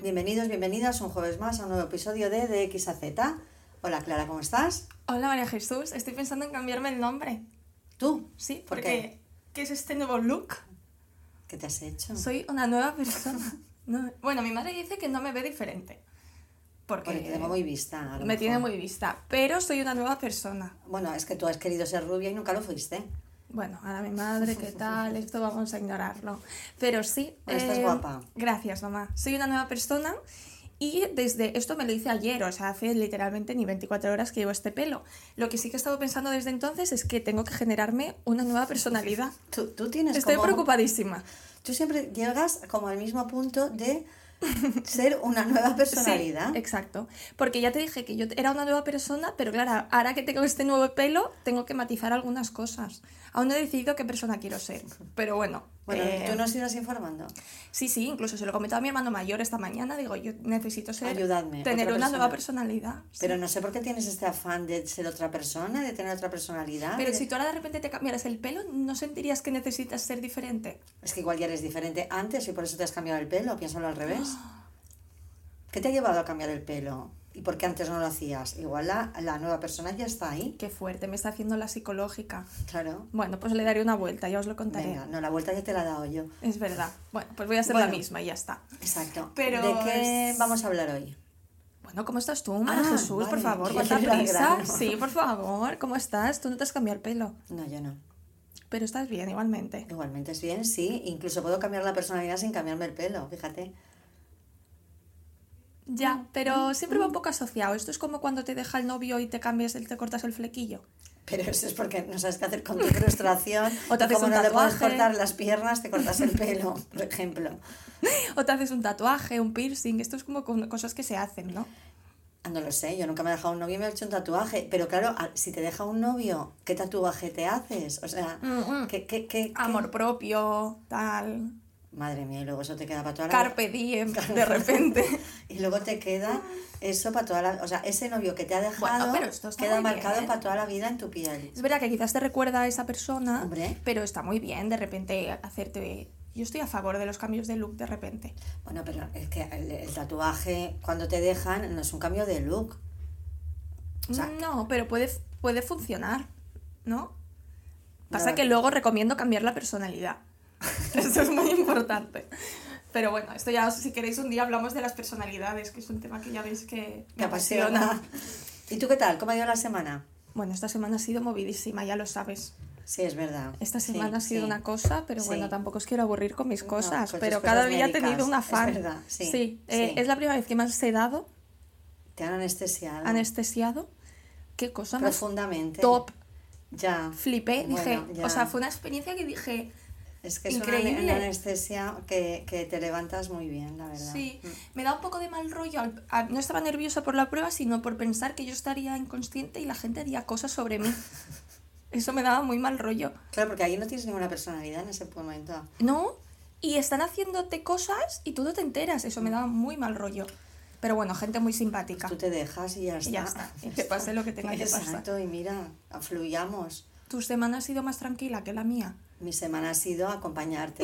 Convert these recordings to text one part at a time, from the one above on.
Bienvenidos, bienvenidas un jueves más a un nuevo episodio de X a Z. Hola Clara, ¿cómo estás? Hola María Jesús, estoy pensando en cambiarme el nombre. ¿Tú? Sí, ¿Por porque ¿qué es este nuevo look? ¿Qué te has hecho? Soy una nueva persona. No, bueno, mi madre dice que no me ve diferente. Porque te tengo muy vista. Me tiene muy vista, pero soy una nueva persona. Bueno, es que tú has querido ser rubia y nunca lo fuiste. Bueno, ahora mi madre, ¿qué tal? Esto vamos a ignorarlo. Pero sí. Bueno, estás guapa. Gracias, mamá. Soy una nueva persona y desde esto me lo hice ayer, o sea, hace literalmente ni 24 horas que llevo este pelo. Lo que sí que he estado pensando desde entonces es que tengo que generarme una nueva personalidad. Tú tienes Estoy preocupadísima. Tú siempre llegas como al mismo punto de ser una nueva personalidad. Sí, exacto. Porque ya te dije que yo era una nueva persona, pero claro, ahora que tengo este nuevo pelo, tengo que matizar algunas cosas. Aún no he decidido qué persona quiero ser, pero bueno. Bueno, ¿tú nos irás informando? Sí, incluso se lo he comentado a mi hermano mayor esta mañana, digo, yo necesito tener una nueva personalidad. Pero sí. No sé por qué tienes este afán de ser otra persona, de tener otra personalidad. Pero si tú ahora de repente te cambiaras el pelo, ¿no sentirías que necesitas ser diferente? Es que igual ya eres diferente antes y por eso te has cambiado el pelo, piénsalo al revés. ¿Qué te ha llevado a cambiar el pelo? ¿Y por qué antes no lo hacías? Igual la nueva persona ya está ahí. Qué fuerte, me está haciendo la psicológica. Claro. Bueno, pues le daré una vuelta, ya os lo contaré. Venga, no, la vuelta ya te la he dado yo. Es verdad. Bueno, pues voy a ser la misma y ya está. Exacto. Pero ¿De qué vamos a hablar hoy? Bueno, ¿cómo estás tú, María Jesús? Vale. Por favor, ¿cuánta prisa? Sí, por favor, ¿cómo estás? ¿Tú no te has cambiado el pelo? No, yo no. Pero estás bien, igualmente. Igualmente es bien, sí. Incluso puedo cambiar la personalidad sin cambiarme el pelo, fíjate. Ya, pero siempre va un poco asociado. Esto es como cuando te deja el novio y te cortas el flequillo. Pero eso es porque no sabes qué hacer con tu frustración. O te haces como un no le puedes tatuaje. cortar las piernas, te cortas el pelo, por ejemplo. O te haces un tatuaje, un piercing. Esto es como cosas que se hacen, ¿no? No lo sé, yo nunca me he dejado un novio y me he hecho un tatuaje. Pero claro, si te deja un novio, ¿qué tatuaje te haces? O sea, ¿qué? Amor propio, tal. Madre mía, y luego eso te queda para toda la Carpe diem, de repente. Y luego te queda eso para toda la... O sea, ese novio que te ha dejado pero esto está queda muy marcado bien. para toda la vida en tu piel. Es verdad que quizás te recuerda a esa persona, Hombre. pero está muy bien de repente hacerte... Yo estoy a favor de los cambios de look de repente. Bueno, pero es que el tatuaje, cuando te dejan, no es un cambio de look. O sea, no, pero puede funcionar, ¿no? Pasa No. que luego recomiendo cambiar la personalidad. Eso es muy importante. Pero bueno, esto ya, si queréis un día hablamos de las personalidades, que es un tema que ya veis que me apasiona. ¿Y tú qué tal? ¿Cómo ha ido la semana? Bueno, esta semana ha sido movidísima, ya lo sabes. Sí, es verdad. Esta semana ha sido una cosa, pero bueno, tampoco os quiero aburrir con mis cosas, con pero tus cada cosas día médicas. he tenido un afán. Es verdad, sí. Es la primera vez que me han sedado, Te han anestesiado. Anestesiado. Qué cosa más profundamente. top. Ya. Flipé, Bueno, dije, ya. o sea, fue una experiencia que dije, Es que es increíble. una anestesia que te levantas muy bien, la verdad. Sí, me da un poco de mal rollo. No estaba nerviosa por la prueba, sino por pensar que yo estaría inconsciente y la gente haría cosas sobre mí. Eso me daba muy mal rollo. Claro, porque ahí no tienes ninguna personalidad en ese momento. ¿No? Y están haciéndote cosas y tú no te enteras. Eso me daba muy mal rollo. Pero bueno, gente muy simpática. Tú te dejas y ya está. Y ya está. Y que pase lo que tenga que pasar. Exacto, y mira, afluyamos. ¿Tu semana ha sido más tranquila que la mía? Mi semana ha sido acompañarte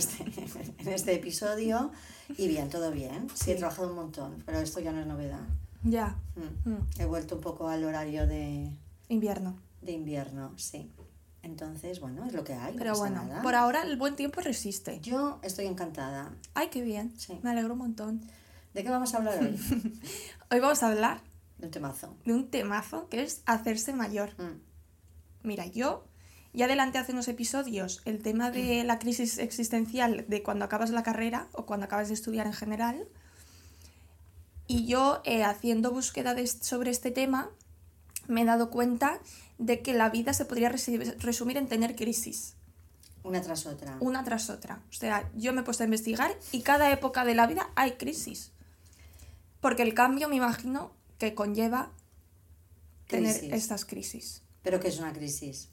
en este episodio y bien, todo bien. Sí, he trabajado un montón, pero esto ya no es novedad. Ya. He vuelto un poco al horario de invierno. De invierno, sí. Entonces, bueno, es lo que hay. Pero no pasa bueno, nada. por ahora el buen tiempo resiste. Yo estoy encantada. Ay, qué bien. Sí. Me alegro un montón. ¿De qué vamos a hablar hoy? Hoy vamos a hablar De un temazo. de un temazo que es hacerse mayor. Mira, yo ya adelanté hace unos episodios el tema de la crisis existencial de cuando acabas la carrera o cuando acabas de estudiar en general. Y yo, haciendo búsqueda sobre este tema, me he dado cuenta de que la vida se podría resumir en tener crisis. Una tras otra. Una tras otra. O sea, yo me he puesto a investigar y cada época de la vida hay crisis. Porque el cambio, me imagino, que conlleva tener estas crisis. ¿Pero qué es una crisis?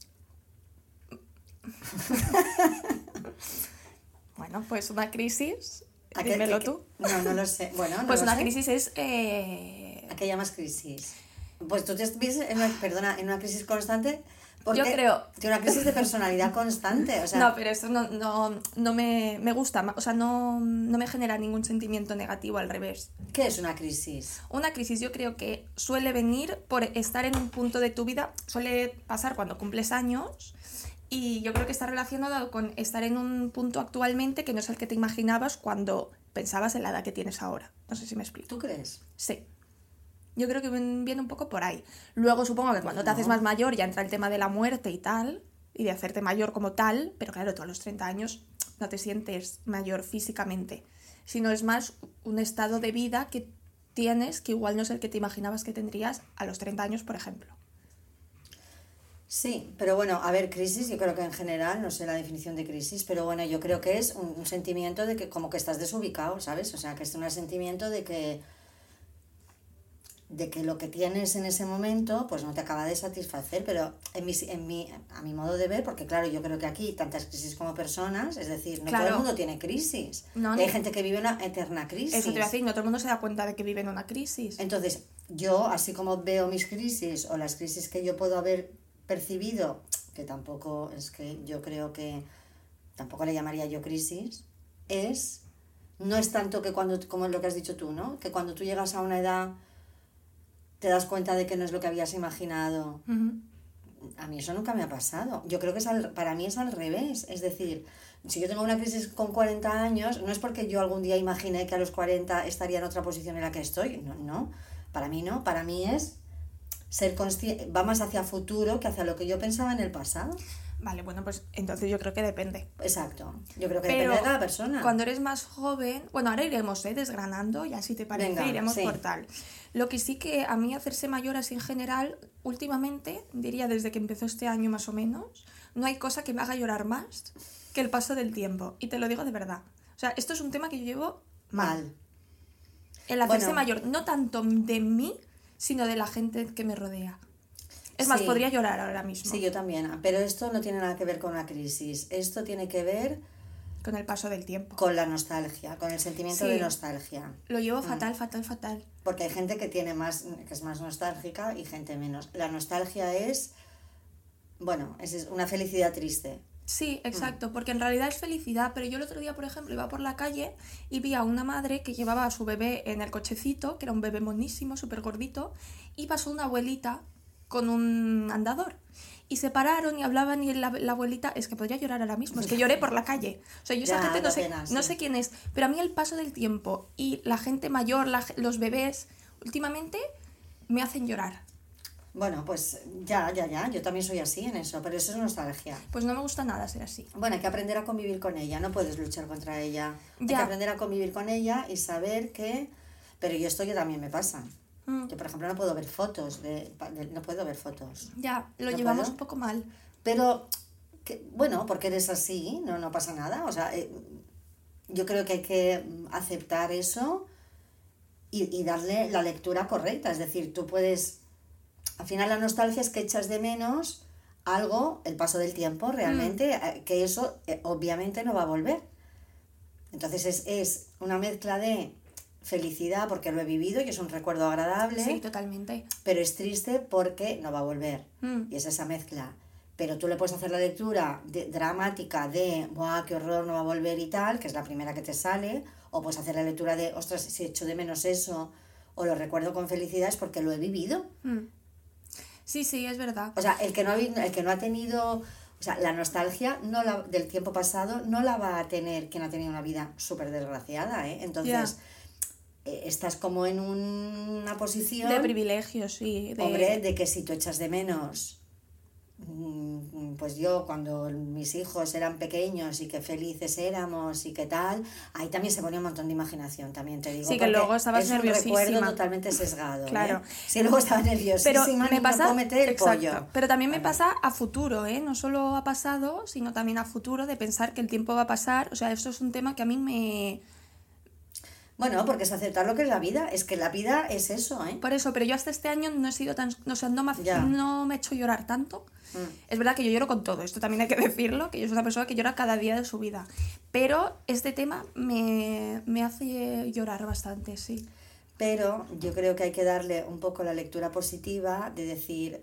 Bueno, pues una crisis... Dímelo tú. No lo sé. Bueno, no pues lo una sé. crisis es... ¿A qué llamas crisis? Pues tú te ves en una crisis constante Porque Yo creo... tiene una crisis de personalidad constante, o sea... No, pero eso no me gusta, o sea, no me genera ningún sentimiento negativo, al revés. ¿Qué es una crisis? Una crisis yo creo que suele venir por estar en un punto de tu vida, suele pasar cuando cumples años, y yo creo que está relacionado con estar en un punto actualmente que no es el que te imaginabas cuando pensabas en la edad que tienes ahora. No sé si me explico. ¿Tú crees? Sí. Yo creo que viene un poco por ahí. Luego supongo que cuando te haces más mayor ya entra el tema de la muerte y tal, y de hacerte mayor como tal, pero claro, tú a los 30 años no te sientes mayor físicamente, sino es más un estado de vida que tienes que igual no es el que te imaginabas que tendrías a los 30 años, por ejemplo. Sí, pero bueno, a ver, crisis, yo creo que en general, no sé la definición de crisis, pero bueno, yo creo que es un sentimiento de que como que estás desubicado, ¿sabes? O sea, que es un sentimiento de que lo que tienes en ese momento pues no te acaba de satisfacer, pero a mi modo de ver, porque claro, yo creo que aquí tantas crisis como personas, es decir, no todo el mundo tiene crisis, No, hay gente que vive una eterna crisis. Eso te iba a decir, no todo el mundo se da cuenta de que vive en una crisis. Entonces, yo, así como veo mis crisis o las crisis que yo puedo haber percibido, que tampoco es que yo creo que tampoco le llamaría yo crisis, no es tanto que cuando, como es lo que has dicho tú, ¿no? Que cuando tú llegas a una edad te das cuenta de que no es lo que habías imaginado. Uh-huh. A mí eso nunca me ha pasado. Yo creo que para mí es al revés. Es decir, si yo tengo una crisis con 40 años, no es porque yo algún día imaginé que a los 40 estaría en otra posición en la que estoy. No, no. Para mí no. Para mí es ser consciente, va más hacia futuro que hacia lo que yo pensaba en el pasado. Vale, bueno, pues entonces yo creo que depende. Exacto. Yo creo que depende de cada persona. Cuando eres más joven, bueno, ahora iremos desgranando y así te parece, venga, iremos por tal. Lo que sí que a mí hacerse mayor así en general, últimamente, diría desde que empezó este año más o menos, no hay cosa que me haga llorar más que el paso del tiempo. Y te lo digo de verdad. O sea, esto es un tema que yo llevo mal. El hacerse mayor, no tanto de mí, sino de la gente que me rodea. Es más, podría llorar ahora mismo. Sí, yo también. Pero esto no tiene nada que ver con una crisis. Esto tiene que ver... con el paso del tiempo. Con la nostalgia, con el sentimiento de nostalgia. Lo llevo fatal. Porque hay gente que es más nostálgica y gente menos. La nostalgia es... Bueno, es una felicidad triste. Sí, exacto, porque en realidad es felicidad, pero yo el otro día, por ejemplo, iba por la calle y vi a una madre que llevaba a su bebé en el cochecito, que era un bebé monísimo, súper gordito, y pasó una abuelita con un andador. Y se pararon y hablaban y la abuelita... Es que podría llorar ahora mismo, es que lloré por la calle. O sea, yo esa gente no sé quién es, pero a mí el paso del tiempo y la gente mayor, los bebés, últimamente me hacen llorar. Bueno, pues ya, yo también soy así en eso, pero eso es nostalgia. Pues no me gusta nada ser así. Bueno, hay que aprender a convivir con ella, no puedes luchar contra ella. Hay que aprender a convivir con ella y saber que... Pero esto ya también me pasa. Yo, por ejemplo, no puedo ver fotos, no puedo ver fotos. Ya, lo llevamos un poco mal. Pero, bueno, porque eres así, no pasa nada. O sea, yo creo que hay que aceptar eso y darle la lectura correcta. Es decir, tú puedes... Al final la nostalgia es que echas de menos algo, el paso del tiempo, realmente, que eso obviamente no va a volver. Entonces es una mezcla de felicidad porque lo he vivido y es un recuerdo agradable. Sí, totalmente. Pero es triste porque no va a volver. Y es esa mezcla. Pero tú le puedes hacer la lectura dramática de ¡buah, qué horror, no va a volver! Y tal, que es la primera que te sale. O puedes hacer la lectura de ¡ostras, si echo de menos eso! O lo recuerdo con felicidad es porque lo he vivido. Sí, es verdad. O sea, el que no ha tenido... O sea, la nostalgia del tiempo pasado no la va a tener quien ha tenido una vida súper desgraciada, ¿eh? Entonces... estás como en una posición... de privilegio, sí. Hombre, de que si tú echas de menos... Pues yo, cuando mis hijos eran pequeños y qué felices éramos y qué tal, ahí también se ponía un montón de imaginación, también te digo. Sí, que luego estabas nerviosísima. Es un recuerdo totalmente sesgado. Claro. Sí, luego estaba nerviosísima, pero me pasa, no puedo meter el pollo. Pero también me pasa a futuro, no solo a pasado, sino también a futuro, de pensar que el tiempo va a pasar. O sea, esto es un tema que a mí me... Bueno, porque es aceptar lo que es la vida. Es que la vida es eso, ¿eh? Por eso, pero yo hasta este año no he sido tan... O sea, no me he hecho llorar tanto. Es verdad que yo lloro con todo, esto también hay que decirlo, que yo soy una persona que llora cada día de su vida. Pero este tema me hace llorar bastante, sí. Pero yo creo que hay que darle un poco la lectura positiva de decir...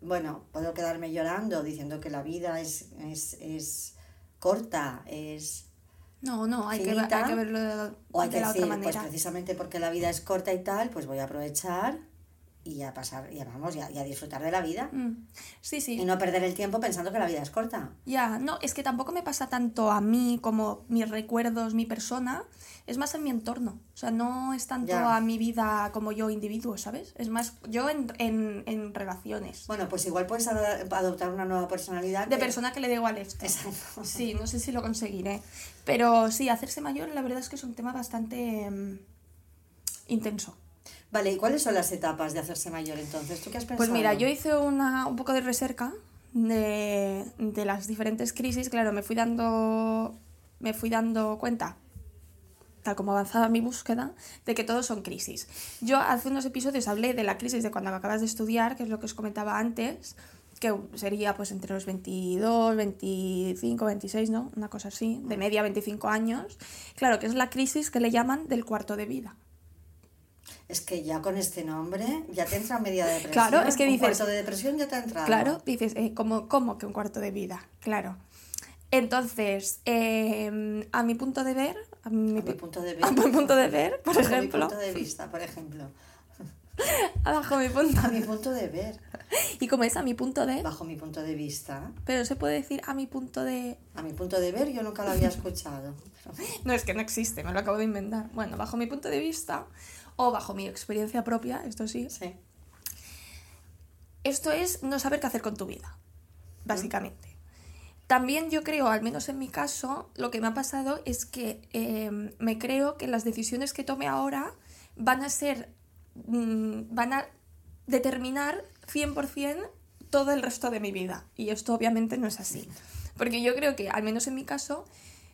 bueno, puedo quedarme llorando diciendo que la vida es corta, es No, hay que finita, verlo o hay de que la otra decir, pues manera. precisamente porque la vida es corta y tal, pues voy a aprovechar y a pasar, y a disfrutar de la vida. Sí, Y sí. no perder el tiempo pensando que la vida es corta. Ya, no, es que tampoco me pasa tanto a mí como mis recuerdos, mi persona, es más en mi entorno. O sea, no es tanto Ya. a mi vida como yo individuo, ¿sabes? Es más yo en relaciones. Bueno, pues igual puedes adoptar una nueva personalidad. De persona que le da igual esto. Exacto. Sí, no sé si lo conseguiré. Pero sí, hacerse mayor la verdad es que es un tema bastante intenso. Vale, ¿y cuáles son las etapas de hacerse mayor entonces? ¿Tú qué has pensado? Pues mira, yo hice un poco de recerca de las diferentes crisis. Claro, me fui dando cuenta, tal como avanzaba mi búsqueda, de que todos son crisis. Yo hace unos episodios hablé de la crisis de cuando acabas de estudiar, que es lo que os comentaba antes, que sería pues entre los 22, 25, 26, ¿no? Una cosa así, de media 25 años. Claro, que es la crisis que le llaman del cuarto de vida. Es que ya con este nombre ya te entra media depresión. Claro, es que dices... Un cuarto de depresión ya te ha entrado. Claro, dices, ¿cómo que un cuarto de vida? Claro. Entonces, a mi punto de ver... A mi punto de ver. A mi punto de ver, por Bajo ejemplo... mi punto de vista, por ejemplo. Bajo mi punto... A mi punto de ver. ¿Y cómo es a mi punto de...? Bajo mi punto de vista. Pero se puede decir a mi punto de... A mi punto de ver yo nunca lo había escuchado. No, es que no existe, me lo acabo de inventar. Bueno, bajo mi punto de vista, o bajo mi experiencia propia, esto sí, Sí. esto es no saber qué hacer con tu vida, básicamente. También yo creo, al menos en mi caso, lo que me ha pasado es que me creo que las decisiones que tome ahora van a determinar 100% todo el resto de mi vida. Y esto obviamente no es así. Porque yo creo que, al menos en mi caso,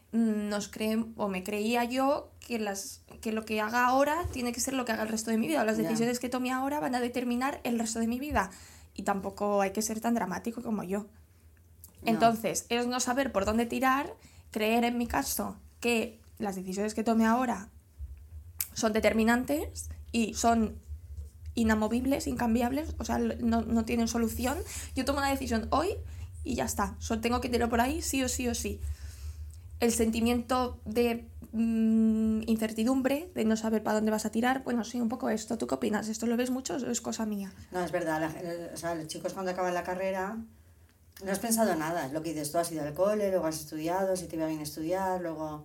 me creía yo que lo que haga ahora tiene que ser lo que haga el resto de mi vida. Las decisiones que tome ahora van a determinar el resto de mi vida. Y tampoco hay que ser tan dramático como yo. No. Entonces, es no saber por dónde tirar, creer en mi caso que las decisiones que tome ahora son determinantes y son inamovibles, incambiables, o sea, no tienen solución. Yo tomo una decisión hoy y ya está. Solo tengo que tirar por ahí sí o sí o sí. El sentimiento de incertidumbre, de no saber para dónde vas a tirar, bueno, sí, un poco esto. ¿Tú qué opinas? ¿Esto lo ves mucho o es cosa mía? No, es verdad. O sea, los chicos cuando acaban la carrera no has pensado nada. Lo que dices, tú has ido al cole, luego has estudiado, si te iba bien estudiar, luego...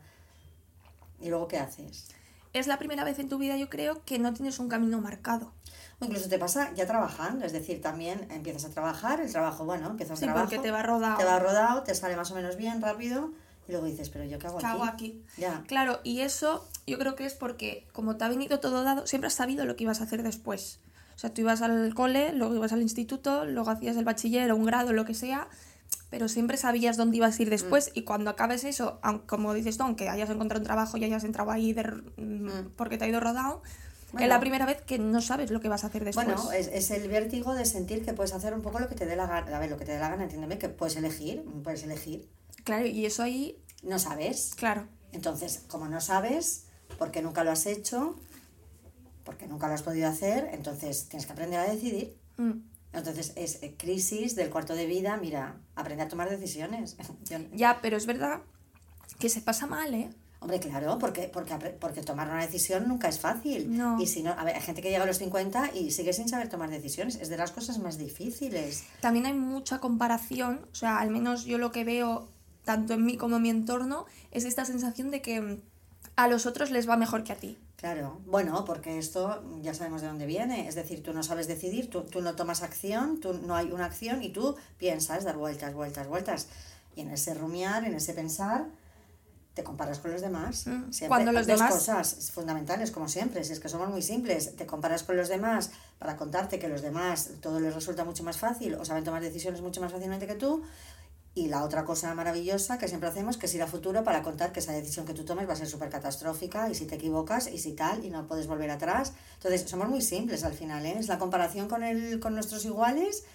¿Y luego qué haces? Es la primera vez en tu vida, yo creo, que no tienes un camino marcado. O incluso te pasa ya trabajando, es decir, también empiezas a trabajar, el trabajo, bueno, empieza un Sí, trabajo. porque te va rodado. Te va rodado, te sale más o menos bien, rápido, y luego dices, pero ¿yo qué hago aquí? ¿Qué hago aquí? Ya. Claro, y eso yo creo que es porque, como te ha venido todo dado, siempre has sabido lo que ibas a hacer después. O sea, tú ibas al cole, luego ibas al instituto, luego hacías el bachiller o un grado, lo que sea, pero siempre sabías dónde ibas a ir después y cuando acabes eso, como dices tú, aunque hayas encontrado un trabajo y hayas entrado ahí porque te ha ido rodado, Bueno. es la primera vez que no sabes lo que vas a hacer después. Bueno, es el vértigo de sentir que puedes hacer un poco lo que te dé la gana. A ver, lo que te dé la gana, entiéndeme, que puedes elegir. Claro, y eso ahí, No sabes. claro. Entonces, como no sabes, porque nunca lo has hecho, porque nunca lo has podido hacer, entonces tienes que aprender a decidir. Entonces es crisis del cuarto de vida, mira, aprende a tomar decisiones. Ya, pero es verdad que se pasa mal, ¿eh? Hombre, claro, porque tomar una decisión nunca es fácil. No. Y si no, a ver, hay gente que llega a los 50 y sigue sin saber tomar decisiones. Es de las cosas más difíciles. También hay mucha comparación, o sea, al menos yo lo que veo tanto en mí como en mi entorno es esta sensación de que a los otros les va mejor que a ti. Claro, bueno, porque esto ya sabemos de dónde viene. Es decir, tú no sabes decidir, tú no tomas acción, tú no hay una acción y tú piensas, dar vueltas, vueltas, vueltas. Y en ese rumiar, en ese pensar, te comparas con los demás. Siempre. Cuando los Dos demás... cosas fundamentales, como siempre, si es que somos muy simples. Te comparas con los demás para contarte que los demás todo les resulta mucho más fácil o saben tomar decisiones mucho más fácilmente que tú. Y la otra cosa maravillosa que siempre hacemos, que es ir a futuro para contar que esa decisión que tú tomes va a ser súper catastrófica y si te equivocas y si tal y no puedes volver atrás. Entonces, somos muy simples al final, ¿eh? Es la comparación con nuestros iguales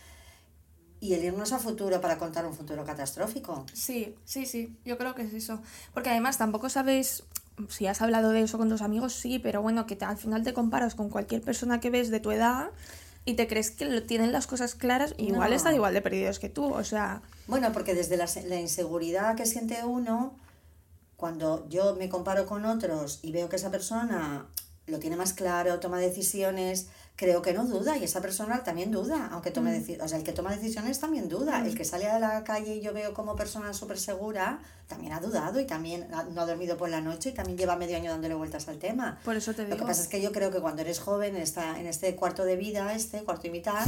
y el irnos a futuro para contar un futuro catastrófico. Sí, yo creo que es eso. Porque además tampoco sabes, si has hablado de eso con tus amigos, sí, pero bueno, que al final te comparas con cualquier persona que ves de tu edad y te crees que tienen las cosas claras, igual No. están igual de perdidos que tú, o sea... Bueno, porque desde la inseguridad que siente uno, cuando yo me comparo con otros y veo que esa persona lo tiene más claro, toma decisiones, creo que no duda y esa persona también duda, aunque tome decisiones, o sea, el que toma decisiones también duda, el que sale a la calle y yo veo como persona súper segura, también ha dudado y también no ha dormido por la noche y también lleva medio año dándole vueltas al tema. Por eso te digo. Lo que pasa es que yo creo que cuando eres joven, en este cuarto de vida, cuarto y mitad,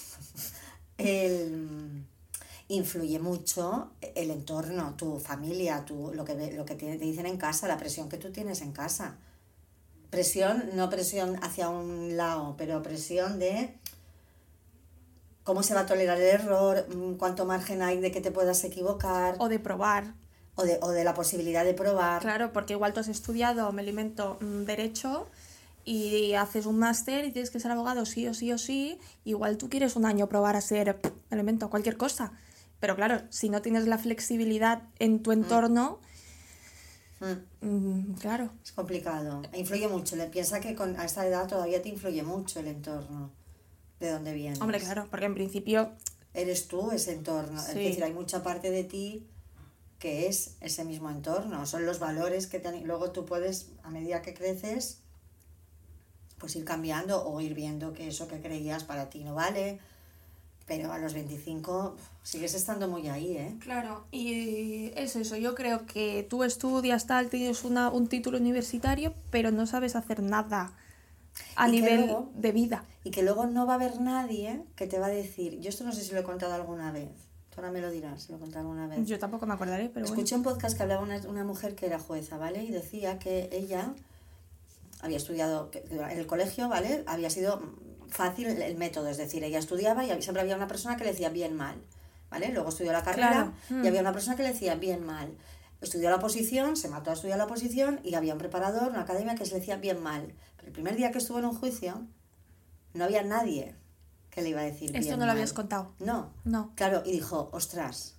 influye mucho el entorno, tu familia, lo que te dicen en casa, la presión que tú tienes en casa. Presión, no presión hacia un lado, pero presión de cómo se va a tolerar el error, cuánto margen hay de que te puedas equivocar. O de probar. O de la posibilidad de probar. Claro, porque igual tú has estudiado, me alimento, Derecho y haces un máster y tienes que ser abogado sí o sí o sí. Igual tú quieres un año probar a ser, me alimento, cualquier cosa. Pero claro, si no tienes la flexibilidad en tu entorno... claro. Es complicado. Influye mucho. Piensa que a esta edad todavía te influye mucho el entorno de dónde vienes. Hombre, claro, porque en principio... Eres tú ese entorno. Sí. Es decir, hay mucha parte de ti que es ese mismo entorno. Son los valores que luego tú puedes, a medida que creces, pues ir cambiando o ir viendo que eso que creías para ti no vale. Pero a los 25 sigues estando muy ahí, ¿eh? Claro, y es eso, yo creo que tú estudias tal, tienes un título universitario, pero no sabes hacer nada a nivel luego, de vida. Y que luego no va a haber nadie que te va a decir, yo esto no sé si lo he contado alguna vez, tú ahora me lo dirás si lo he contado alguna vez. Yo tampoco me acordaré, pero Escuché un podcast que hablaba una mujer que era jueza, ¿vale? Y decía que ella había estudiado en el colegio, ¿vale? Había sido fácil el método, es decir, ella estudiaba y siempre había una persona que le decía bien mal, ¿vale? Luego estudió la carrera y había una persona que le decía bien mal. Estudió la oposición, se mató a estudiar la oposición y había un preparador, una academia que se le decía bien mal. Pero el primer día que estuvo en un juicio no había nadie que le iba a decir bien mal. Esto no lo habías contado. No. Claro, y dijo, ostras,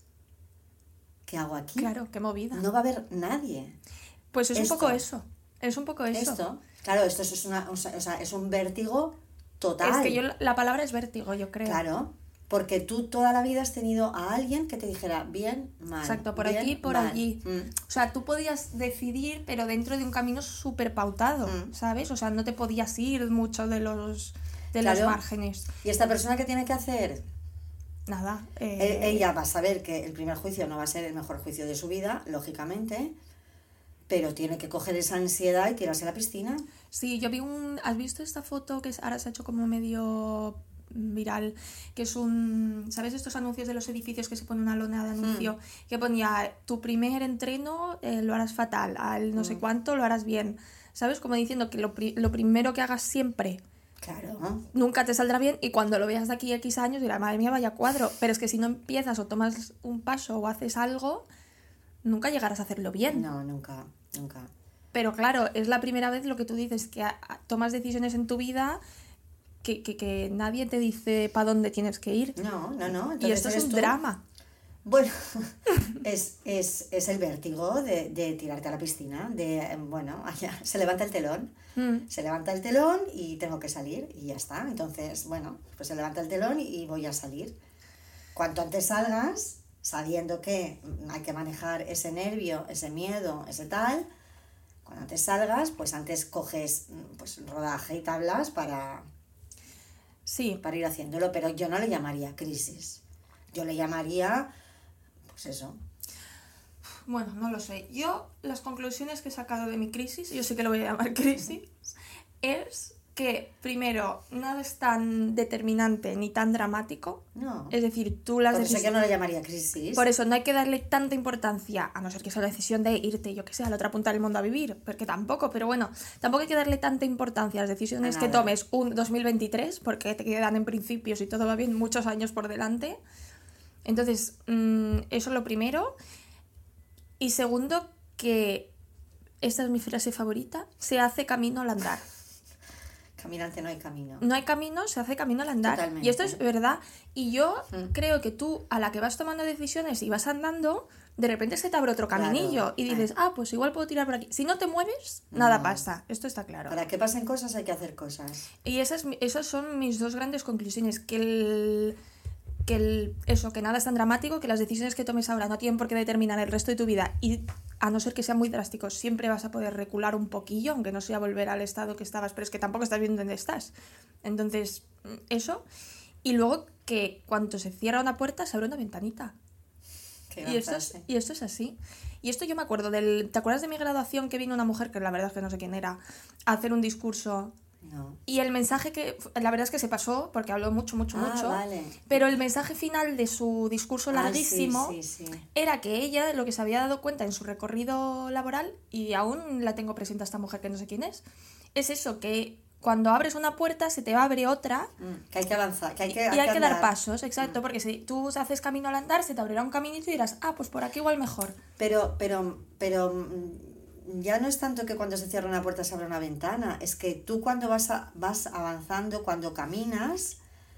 ¿qué hago aquí? Claro, qué movida. No va a haber nadie. Pues es un poco eso. Es un poco eso. Esto, claro, esto es un vértigo total. Es que la palabra es vértigo, yo creo. Claro, porque tú toda la vida has tenido a alguien que te dijera bien, mal. Exacto, por bien, aquí, por mal. allí. O sea, tú podías decidir, pero dentro de un camino súper pautado, ¿sabes? O sea, no te podías ir mucho de los márgenes. ¿Y esta persona qué tiene que hacer? Nada. Ella va a saber que el primer juicio no va a ser el mejor juicio de su vida, lógicamente, pero tiene que coger esa ansiedad y tirarse a la piscina. Sí, yo vi ¿has visto esta foto que ahora se ha hecho como medio viral? Que es ¿sabes estos anuncios de los edificios que se pone una lona de anuncio? Que ponía, tu primer entreno lo harás fatal, al no sé cuánto lo harás bien. ¿Sabes? Como diciendo que lo primero que hagas siempre... Claro. Nunca te saldrá bien y cuando lo veas de aquí a X años dirás, madre mía, vaya cuadro. Pero es que si no empiezas o tomas un paso o haces algo, nunca llegarás a hacerlo bien. No, nunca. Pero claro, es la primera vez lo que tú dices, que tomas decisiones en tu vida que nadie te dice para dónde tienes que ir. No. Entonces Y esto es un drama. Bueno, es el vértigo de tirarte a la piscina, se levanta el telón. Se levanta el telón y tengo que salir y ya está. Entonces, bueno, pues se levanta el telón y voy a salir. Cuanto antes salgas, sabiendo que hay que manejar ese nervio, ese miedo, ese tal, cuando antes salgas, pues antes coges pues rodaje y tablas para ir haciéndolo, pero yo no le llamaría crisis. Yo le llamaría, pues eso. Bueno, no lo sé. Yo, las conclusiones que he sacado de mi crisis, yo sé que lo voy a llamar crisis, es que, primero, nada es tan determinante ni tan dramático. No. Es decir, tú las decisiones... Por eso que no le llamaría crisis. Por eso no hay que darle tanta importancia, a no ser que sea la decisión de irte, yo que sé, a la otra punta del mundo a vivir, porque tampoco, pero bueno, tampoco hay que darle tanta importancia a las decisiones que tomes un 2023, porque te quedan en principio, si todo va bien, muchos años por delante. Entonces, eso es lo primero. Y segundo, que esta es mi frase favorita, se hace camino al andar. Caminante no hay camino. No hay camino, se hace camino al andar. Totalmente. Y esto es verdad. Y yo creo que tú, a la que vas tomando decisiones y vas andando, de repente se te abre otro caminillo, Claro, y dices, pues igual puedo tirar por aquí. Si no te mueves, nada pasa, esto está claro. Para que pasen cosas hay que hacer cosas. Y esas son mis dos grandes conclusiones, que nada es tan dramático, que las decisiones que tomes ahora no tienen por qué determinar el resto de tu vida, y a no ser que sean muy drásticos, siempre vas a poder recular un poquillo, aunque no sea volver al estado que estabas, pero es que tampoco estás viendo dónde estás. Entonces, eso. Y luego que cuando se cierra una puerta se abre una ventanita. Y esto es así. Y esto yo me acuerdo ¿te acuerdas de mi graduación, que vino una mujer, que la verdad es que no sé quién era, a hacer un discurso? No. Y el mensaje la verdad es que se pasó, porque habló mucho, Vale. pero el mensaje final de su discurso larguísimo sí. era que ella, lo que se había dado cuenta en su recorrido laboral, y aún la tengo presente a esta mujer que no sé quién es eso, que cuando abres una puerta se te va a abrir otra, que hay que avanzar, que hay que dar pasos, exacto, porque si tú haces camino al andar, se te abrirá un caminito y dirás, pues por aquí igual mejor. Pero ya no es tanto que cuando se cierra una puerta se abre una ventana, es que tú cuando vas avanzando, cuando caminas,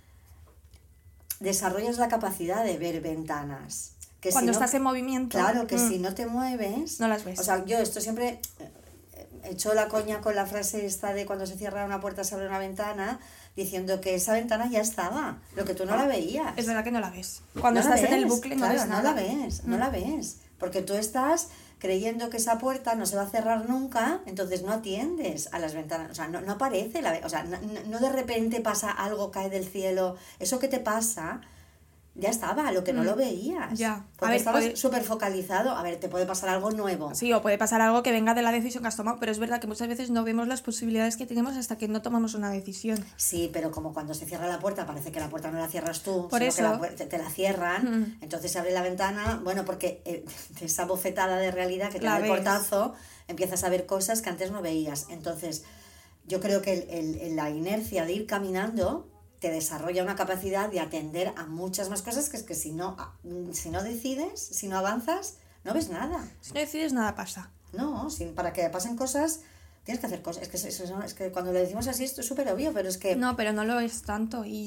desarrollas la capacidad de ver ventanas. Que cuando si no, estás en movimiento. Claro, que si no te mueves, no las ves. O sea, yo esto siempre he hecho la coña con la frase esta de cuando se cierra una puerta se abre una ventana, diciendo que esa ventana ya estaba, lo que tú no la veías. Es verdad que no la ves. Cuando estás en el bucle no ves nada. No la ves, porque tú estás creyendo que esa puerta no se va a cerrar nunca, entonces no atiendes a las ventanas, o sea, no aparece, o sea, no de repente pasa algo, cae del cielo, eso que te pasa ya estaba, lo que no lo veías. Ya. Porque estabas súper focalizado. A ver, te puede pasar algo nuevo. Sí, o puede pasar algo que venga de la decisión que has tomado, pero es verdad que muchas veces no vemos las posibilidades que tenemos hasta que no tomamos una decisión. Sí, pero como cuando se cierra la puerta, parece que la puerta no la cierras tú, por sino eso que te la cierran, entonces se abre la ventana, bueno, porque de esa bofetada de realidad que te da el portazo, empiezas a ver cosas que antes no veías. Entonces, yo creo que la inercia de ir caminando te desarrolla una capacidad de atender a muchas más cosas, que es que si no decides, si no avanzas, no ves nada. Si no decides, nada pasa. No, para que pasen cosas, tienes que hacer cosas. Es que cuando lo decimos así esto es súper obvio, pero es que... No, pero no lo es tanto. Y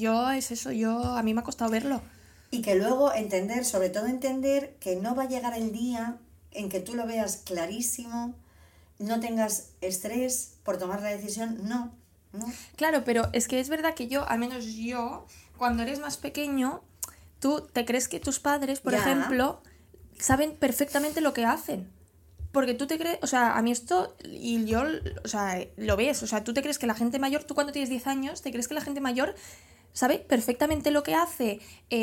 a mí me ha costado verlo. Y que luego sobre todo entender que no va a llegar el día en que tú lo veas clarísimo, no tengas estrés por tomar la decisión, no. Claro, pero es que es verdad que al menos yo, cuando eres más pequeño, tú te crees que tus padres, por ejemplo, saben perfectamente lo que hacen. Porque tú te crees, o sea, a mí esto, y yo, o sea, lo ves, o sea, tú te crees que la gente mayor, tú cuando tienes 10 años, te crees que la gente mayor sabe perfectamente lo que hace,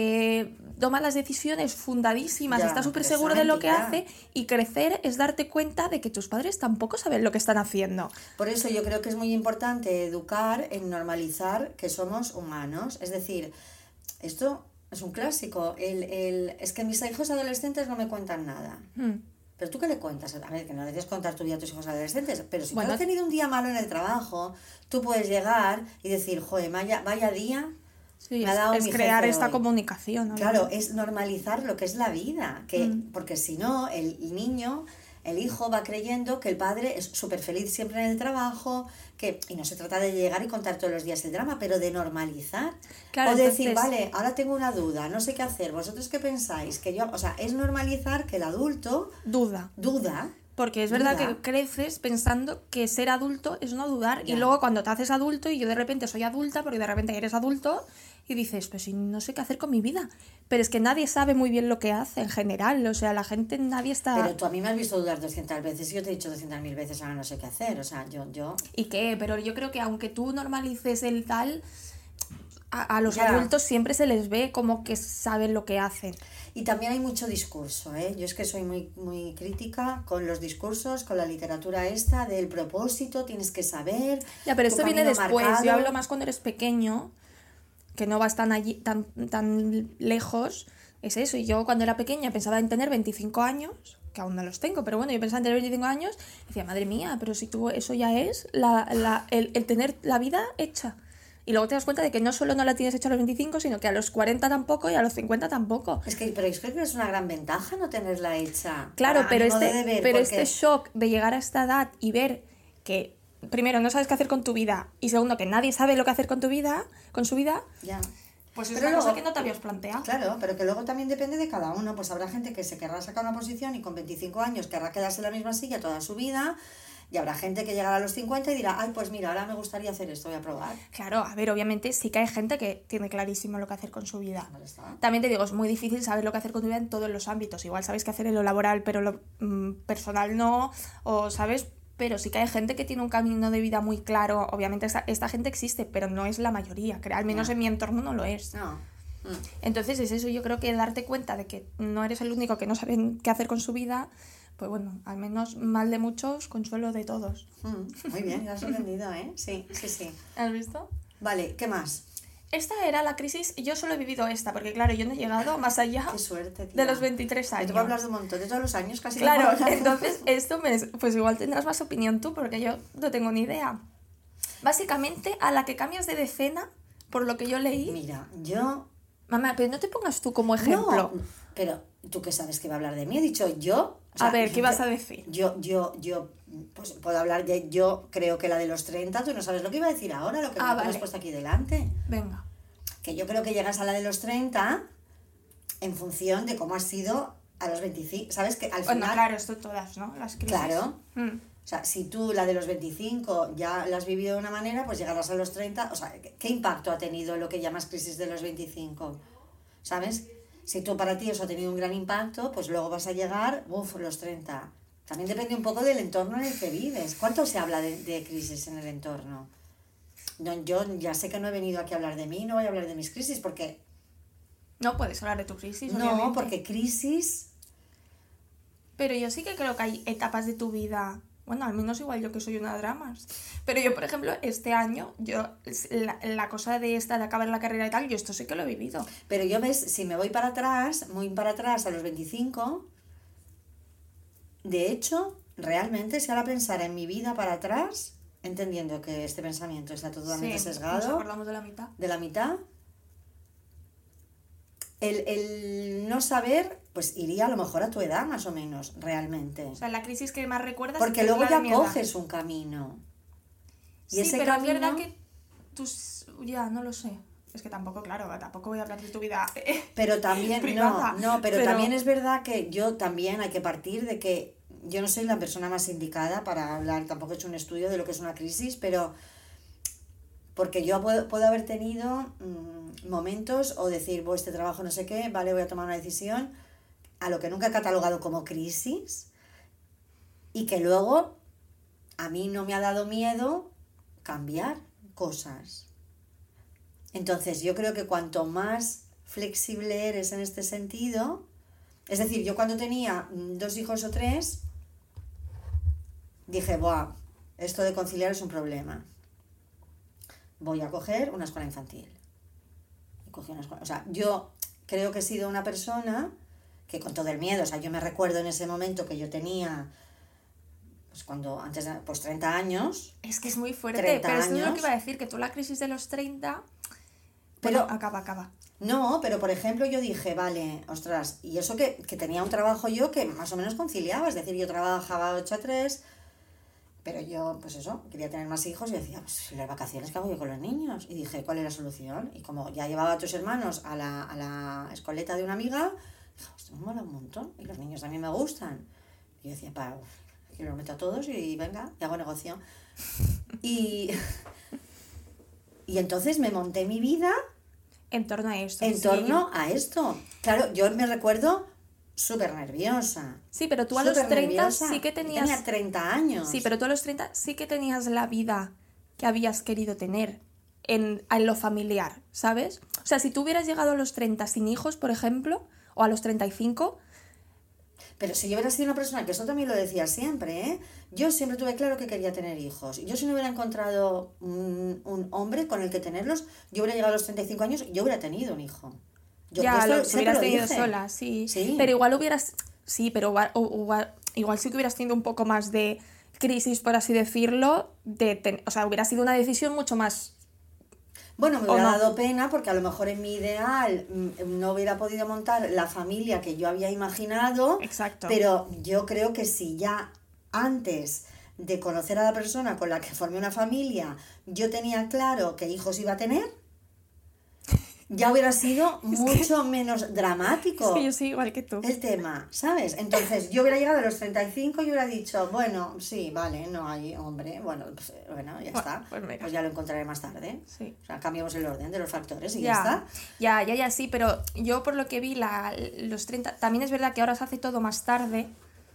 toma las decisiones fundadísimas, está súper seguro de lo que hace, y crecer es darte cuenta de que tus padres tampoco saben lo que están haciendo. Por eso yo creo que es muy importante educar en normalizar que somos humanos. Es decir, esto es un clásico. Es que mis hijos adolescentes no me cuentan nada. ¿Pero tú qué le cuentas? A ver, que no le debes contar tu día a tus hijos adolescentes, pero si tú has tenido un día malo en el trabajo, tú puedes llegar y decir, joder, vaya día... Sí, es crear esta comunicación, ¿no? Claro, es normalizar lo que es la vida, porque si no, el niño, el hijo va creyendo que el padre es súper feliz siempre en el trabajo, y no se trata de llegar y contar todos los días el drama, pero de normalizar. Claro, o decir, vale, ahora tengo una duda, no sé qué hacer, ¿vosotros qué pensáis? O sea, es normalizar que el adulto duda. Porque es verdad que creces pensando que ser adulto es no dudar, y luego cuando te haces adulto, y yo de repente soy adulta, porque de repente eres adulto, y dices, pues si no sé qué hacer con mi vida. Pero es que nadie sabe muy bien lo que hace en general, o sea, la gente, nadie está... Pero tú a mí me has visto dudar 200 veces y yo te he dicho 200.000 veces, ahora no sé qué hacer, o sea, yo... ¿Y qué? Pero yo creo que aunque tú normalices el tal, a los adultos siempre se les ve como que saben lo que hacen. Y también hay mucho discurso, ¿eh? Yo es que soy muy, muy crítica con los discursos, con la literatura esta, del propósito, tienes que saber... Ya, pero esto viene después, marcado. Yo hablo más cuando eres pequeño, que no vas tan lejos, es eso. Y yo cuando era pequeña pensaba en tener 25 años, que aún no los tengo, pero bueno, yo pensaba en tener 25 años, y decía, madre mía, pero si tú eso ya es el tener la vida hecha. Y luego te das cuenta de que no solo no la tienes hecha a los 25, sino que a los 40 tampoco y a los 50 tampoco. Pero es que es una gran ventaja no tenerla hecha. Claro, pero este shock de llegar a esta edad y ver que, primero, no sabes qué hacer con tu vida, y segundo, que nadie sabe lo que hacer con su vida, Pues es Pero una cosa luego, que no te habías planteado. claro, pero que luego también depende de cada uno. Pues habrá gente que se querrá sacar una posición y con 25 años querrá quedarse en la misma silla toda su vida. Y habrá gente que llegará a los 50 y dirá, ay, pues mira, ahora me gustaría hacer esto, voy a probar. Claro, a ver, obviamente sí que hay gente que tiene clarísimo lo que hacer con su vida. Vale, está. También te digo, es muy difícil saber lo que hacer con tu vida en todos los ámbitos. Igual sabes qué hacer en lo laboral, pero lo personal no, o sabes, pero sí que hay gente que tiene un camino de vida muy claro. Obviamente esta gente existe, pero no es la mayoría, al menos en mi entorno no lo es. No. Entonces es eso, yo creo que darte cuenta de que no eres el único que no sabe qué hacer con su vida, pues bueno, al menos mal de muchos, consuelo de todos. Muy bien, ya has sorprendido, ¿eh? Sí, sí, sí. ¿Has visto? Vale, ¿qué más? Esta era la crisis, yo solo he vivido esta, porque claro, yo no he llegado más allá Qué suerte, tía. de los 23 Yo años. te voy a hablar de un montón, de todos los años casi. Claro, no puedo hablar. entonces esto pues igual tendrás más opinión tú, porque yo no tengo ni idea. Básicamente, a la que cambias de decena, por lo que yo leí... Mira, yo... Mamá, pero no te pongas tú como ejemplo. No, pero tú que sabes que va a hablar de mí, he dicho yo... O sea, a ver, ¿qué vas a decir? Yo, pues puedo hablar de... Yo creo que la de los 30, tú no sabes lo que iba a decir ahora, lo que me vale. has puesto aquí delante. Venga. Que yo creo que llegas a la de los 30 en función de cómo has sido a los 25. ¿Sabes? Que al final... Bueno, claro, esto todas, ¿no? Las crisis. Claro. O sea, si tú la de los 25 ya la has vivido de una manera, pues llegarás a los 30. O sea, ¿qué impacto ha tenido lo que llamas crisis de los 25? ¿Sabes? Si tú para ti eso ha tenido un gran impacto, pues luego vas a llegar, los 30. También depende un poco del entorno en el que vives. ¿Cuánto se habla de crisis en el entorno? No, yo ya sé que no he venido aquí a hablar de mí, no voy a hablar de mis crisis, porque... No puedes hablar de tu crisis, No, obviamente. porque crisis... Pero yo sí que creo que hay etapas de tu vida... Bueno, al menos igual yo que soy una dramas. Pero yo, por ejemplo, este año, la cosa de esta de acabar la carrera y tal, yo esto sí que lo he vivido. Pero yo ves, si me voy para atrás, muy para atrás a los 25, de hecho, realmente, si ahora pensara en mi vida para atrás, entendiendo que este pensamiento está totalmente sesgado... Nos acordamos de la mitad. De la mitad. El no saber, pues iría a lo mejor a tu edad, más o menos, realmente. O sea, la crisis que más recuerdas... Porque es luego la de ya mi edad. coges un camino. Y sí, ese pero camino... es verdad que tus... Ya, no lo sé. Es que tampoco, claro, tampoco voy a hablar de tu vida Pero también, privada, pero también es verdad que yo también hay que partir de que yo no soy la persona más indicada para hablar, tampoco he hecho un estudio de lo que es una crisis, pero porque yo puedo haber tenido momentos o decir, este trabajo no sé qué, vale, voy a tomar una decisión, a lo que nunca he catalogado como crisis, y que luego a mí no me ha dado miedo cambiar cosas. Entonces yo creo que cuanto más flexible eres en este sentido, es decir, yo cuando tenía 2 hijos o 3, dije, esto de conciliar es un problema. Voy a coger una escuela infantil. Y cogí una escuela. O sea, yo creo que he sido una persona que con todo el miedo, o sea, yo me recuerdo en ese momento que yo tenía, pues cuando antes de, pues 30 años. Es que es muy fuerte, 30 pero eso es lo años. que iba a decir, que tú la crisis de los 30... Pero bueno, acaba. No, pero por ejemplo yo dije, vale, ostras, y eso que tenía un trabajo yo que más o menos conciliaba, es decir, yo trabajaba 8 a 3, pero yo, pues eso, quería tener más hijos y decía, pues las vacaciones, ¿qué hago yo con los niños? Y dije, ¿cuál es la solución? Y como ya llevaba a 2 hermanos a la escoleta de una amiga, dije, esto me mola un montón, y los niños también me gustan. Y yo decía, que los meto a todos y venga, y hago negocio. Y entonces me monté mi vida en torno a esto. En torno a esto. Claro, yo me recuerdo súper nerviosa. Sí, pero tú a los 30 nerviosa. Sí que tenías... Tenía 30 años. Sí, pero tú a los 30 sí que tenías la vida que habías querido tener en lo familiar, ¿sabes? O sea, si tú hubieras llegado a los 30 sin hijos, por ejemplo, o a los 35... Pero si yo hubiera sido una persona, que eso también lo decía siempre, ¿eh? Yo siempre tuve claro que quería tener hijos. Yo si no hubiera encontrado un hombre con el que tenerlos, yo hubiera llegado a los 35 años y yo hubiera tenido un hijo. Yo ya, lo hubieras tenido dije. sola, sí. Pero igual hubieras... Sí, pero igual sí que hubieras tenido un poco más de crisis, por así decirlo, o sea, hubiera sido una decisión mucho más... Bueno, me hubiera dado pena porque a lo mejor en mi ideal no hubiera podido montar la familia que yo había imaginado. Exacto. Pero yo creo que si ya antes de conocer a la persona con la que formé una familia, yo tenía claro qué hijos iba a tener, ya hubiera sido mucho menos dramático. Es que yo soy igual que tú. El tema, ¿sabes? Entonces, yo hubiera llegado a los 35 y hubiera dicho, bueno, sí, vale, no hay hombre, bueno, pues, ya está. Pues ya lo encontraré más tarde. Sí. O sea, cambiamos el orden de los factores y ya está. Ya, sí, pero yo por lo que vi los 30, también es verdad que ahora se hace todo más tarde.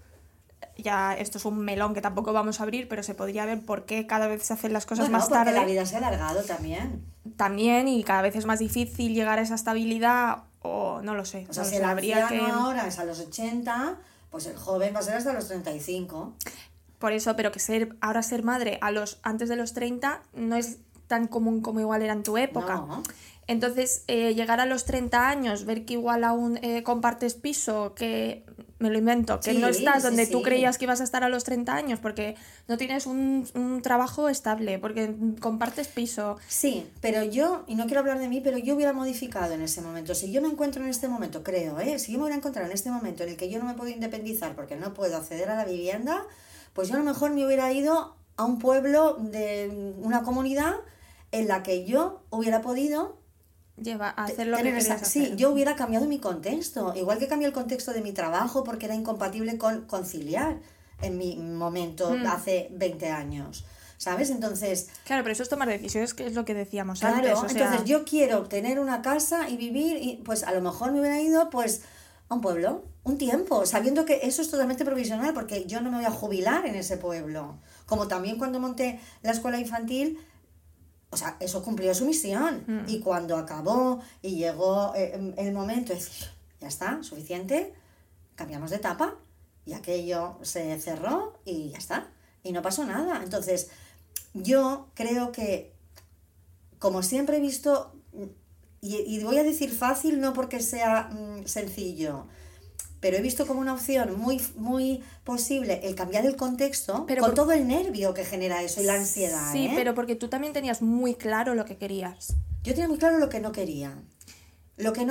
Ya, esto es un melón que tampoco vamos a abrir, pero se podría ver por qué cada vez se hacen las cosas más tarde. Porque la vida se ha alargado también. También, y cada vez es más difícil llegar a esa estabilidad, o no lo sé. O sea, si el anciano ahora es a los 80, pues el joven va a ser hasta los 35. Por eso, pero que ahora ser madre antes de los 30 no es tan común como igual era en tu época. No. Entonces, llegar a los 30 años, ver que igual aún compartes piso, que me lo invento, que no estás donde tú creías que ibas a estar a los 30 años, porque no tienes un trabajo estable, porque compartes piso. Sí, pero yo, y no quiero hablar de mí, pero yo hubiera modificado en ese momento. Si yo me encuentro en este momento, si yo me hubiera encontrado en este momento en el que yo no me puedo independizar porque no puedo acceder a la vivienda, pues yo a lo mejor me hubiera ido a un pueblo de una comunidad en la que yo hubiera podido hacer lo que querías hacer. Sí, yo hubiera cambiado mi contexto, igual que cambié el contexto de mi trabajo porque era incompatible con conciliar en mi momento hace 20 años, ¿sabes? Entonces... Claro, pero eso es tomar decisiones, que es lo que decíamos antes. Claro, entonces yo quiero tener una casa y vivir, y pues a lo mejor me hubiera ido pues a un pueblo, un tiempo, sabiendo que eso es totalmente provisional porque yo no me voy a jubilar en ese pueblo. Como también cuando monté la escuela infantil... O sea, eso cumplió su misión. Y cuando acabó y llegó el momento de decir, ya está, suficiente, cambiamos de etapa y aquello se cerró y ya está. Y no pasó nada. Entonces, yo creo que, como siempre he visto, y voy a decir fácil no porque sea sencillo, pero he visto como una opción muy, muy posible el cambiar el contexto, pero con todo el nervio que genera eso y la ansiedad. Sí, pero porque tú también tenías muy claro lo que querías. Yo tenía muy claro lo que no quería. Lo que no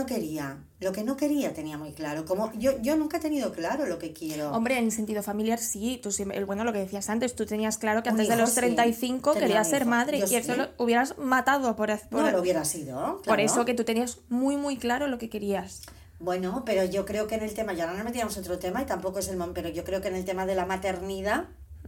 quería tenía muy claro. Como yo nunca he tenido claro lo que quiero. Hombre, en sentido familiar sí. Tú siempre, bueno, lo que decías antes, tú tenías claro que antes de los 35 querías ser madre. Y eso lo hubieras matado no lo hubiera sido, claro. Por eso que tú tenías muy, muy claro lo que querías. Bueno, pero yo creo que en el tema, ya no nos metíamos en otro tema y tampoco es el momento, pero yo creo que en el tema de la maternidad,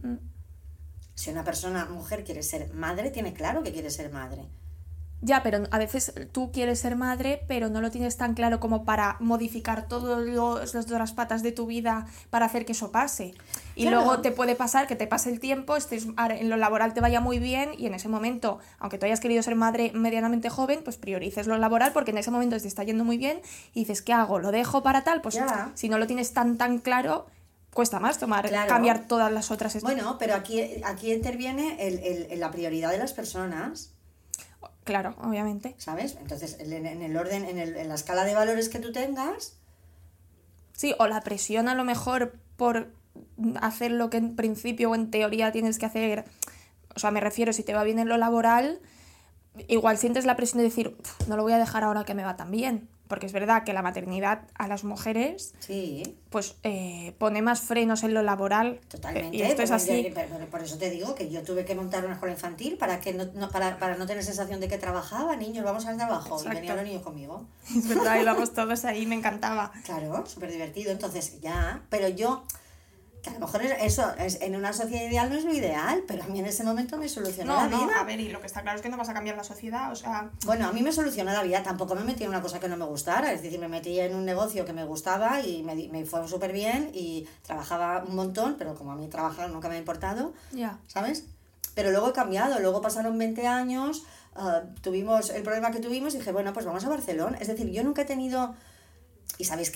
si una mujer quiere ser madre, tiene claro que quiere ser madre. Ya, pero a veces tú quieres ser madre, pero no lo tienes tan claro como para modificar todas las patas de tu vida para hacer que eso pase. Y claro. Luego te puede pasar que te pase el tiempo, en lo laboral te vaya muy bien y en ese momento, aunque tú hayas querido ser madre medianamente joven, pues priorices lo laboral porque en ese momento te está yendo muy bien y dices, ¿qué hago? ¿Lo dejo para tal? Pues ya. Si no lo tienes tan claro, cuesta más cambiar todas las otras... Bueno, pero aquí interviene la prioridad de las personas. Claro, obviamente. ¿Sabes? Entonces, en el orden, en la escala de valores que tú tengas... Sí, o la presión a lo mejor por hacer lo que en principio o en teoría tienes que hacer. O sea, me refiero, si te va bien en lo laboral, igual sientes la presión de decir, no lo voy a dejar ahora que me va tan bien. Porque es verdad que la maternidad a las mujeres pues pone más frenos en lo laboral. Totalmente. Y esto es así. Por eso te digo que yo tuve que montar una escuela infantil para no tener sensación de que trabajaba. Niños, vamos al trabajo. Exacto. Y venían los niños conmigo. Es verdad, íbamos todos ahí, me encantaba. Claro, súper divertido. Entonces, pero yo... Que a lo mejor eso en una sociedad ideal no es lo ideal, pero a mí en ese momento me solucionó la vida. A ver, y lo que está claro es que no vas a cambiar la sociedad, o sea... Bueno, a mí me solucionó la vida, tampoco me metí en una cosa que no me gustara, es decir, me metí en un negocio que me gustaba y me fue súper bien y trabajaba un montón, pero como a mí trabajar nunca me ha importado, ¿sabes? Pero luego he cambiado, luego pasaron 20 años, tuvimos el problema que tuvimos y dije, bueno, pues vamos a Barcelona. Es decir, yo nunca he tenido... Y sabéis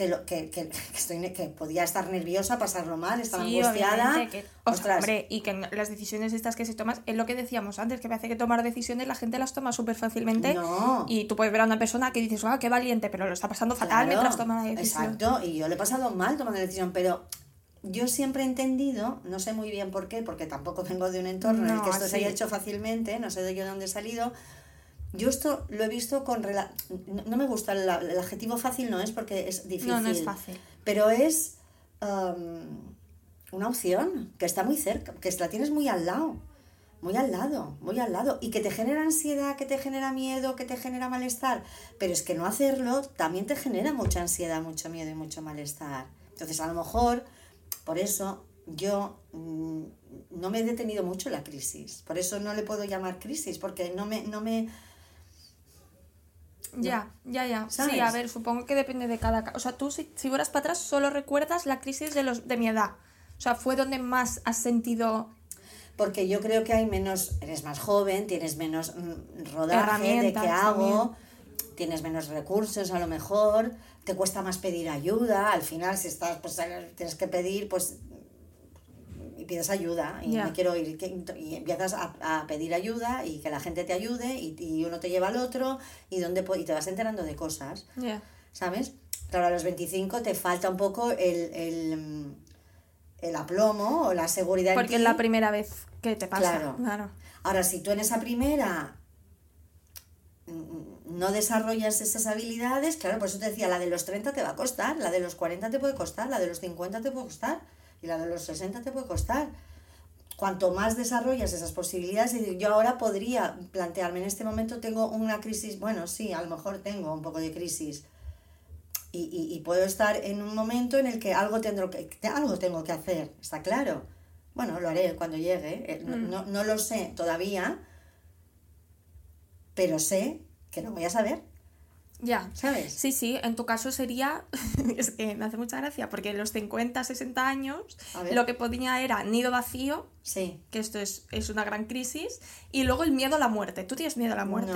que podía estar nerviosa, pasarlo mal, estaba angustiada. Hombre, y que las decisiones estas que se toman, es lo que decíamos antes, que parece que tomar decisiones la gente las toma súper fácilmente. No. Y tú puedes ver a una persona que dices, qué valiente, pero lo está pasando fatal mientras toma la decisión. Exacto, y yo le he pasado mal tomando la decisión, pero yo siempre he entendido, no sé muy bien por qué, porque tampoco vengo de un entorno en el que esto se haya hecho fácilmente, no sé de yo de dónde he salido. Yo esto lo he visto no me gusta el adjetivo fácil, no es porque es difícil. No es fácil. Pero es una opción que está muy cerca, que la tienes muy al lado. muy al lado, y que te genera ansiedad, que te genera miedo, que te genera malestar, pero es que no hacerlo también te genera mucha ansiedad, mucho miedo y mucho malestar. Entonces, a lo mejor, por eso yo no me he detenido mucho en la crisis, por eso no le puedo llamar crisis, porque no me Ya. ¿sabes? Sí, a ver, supongo que depende de cada caso. O sea, tú si fueras para atrás solo recuerdas la crisis de mi edad. O sea, fue donde más has sentido... Porque yo creo que hay menos, eres más joven, tienes menos rodaje de Herramientas qué hago, también. tienes menos recursos a lo mejor, te cuesta más pedir ayuda, al final si estás, pues tienes que pedir, pues y pides ayuda y Ya. me quiero ir y empiezas a pedir ayuda y que la gente te ayude y uno te lleva al otro y te vas enterando de cosas, Ya. ¿sabes? Claro, a los 25 te falta un poco el aplomo o la seguridad en Porque ti. es la primera vez que te pasa. Claro. Ahora, si tú en esa primera no desarrollas esas habilidades, claro, por eso te decía, la de los 30 te va a costar, la de los 40 te puede costar, la de los 50 te puede costar y la de los 60 te puede costar. Cuanto más desarrollas esas posibilidades, es decir, yo ahora podría plantearme, en este momento tengo una crisis, bueno, sí, a lo mejor tengo un poco de crisis y puedo estar en un momento en el que algo tengo que hacer, está claro. Bueno, lo haré cuando llegue, no lo sé todavía, pero sé que lo voy a saber, Ya. ¿sabes? Sí, en tu caso sería... Es que me hace mucha gracia, porque en los 50, 60 años A ver. lo que ponía era nido vacío, Sí. que esto es una gran crisis, y luego el miedo a la muerte. ¿Tú tienes miedo a la muerte?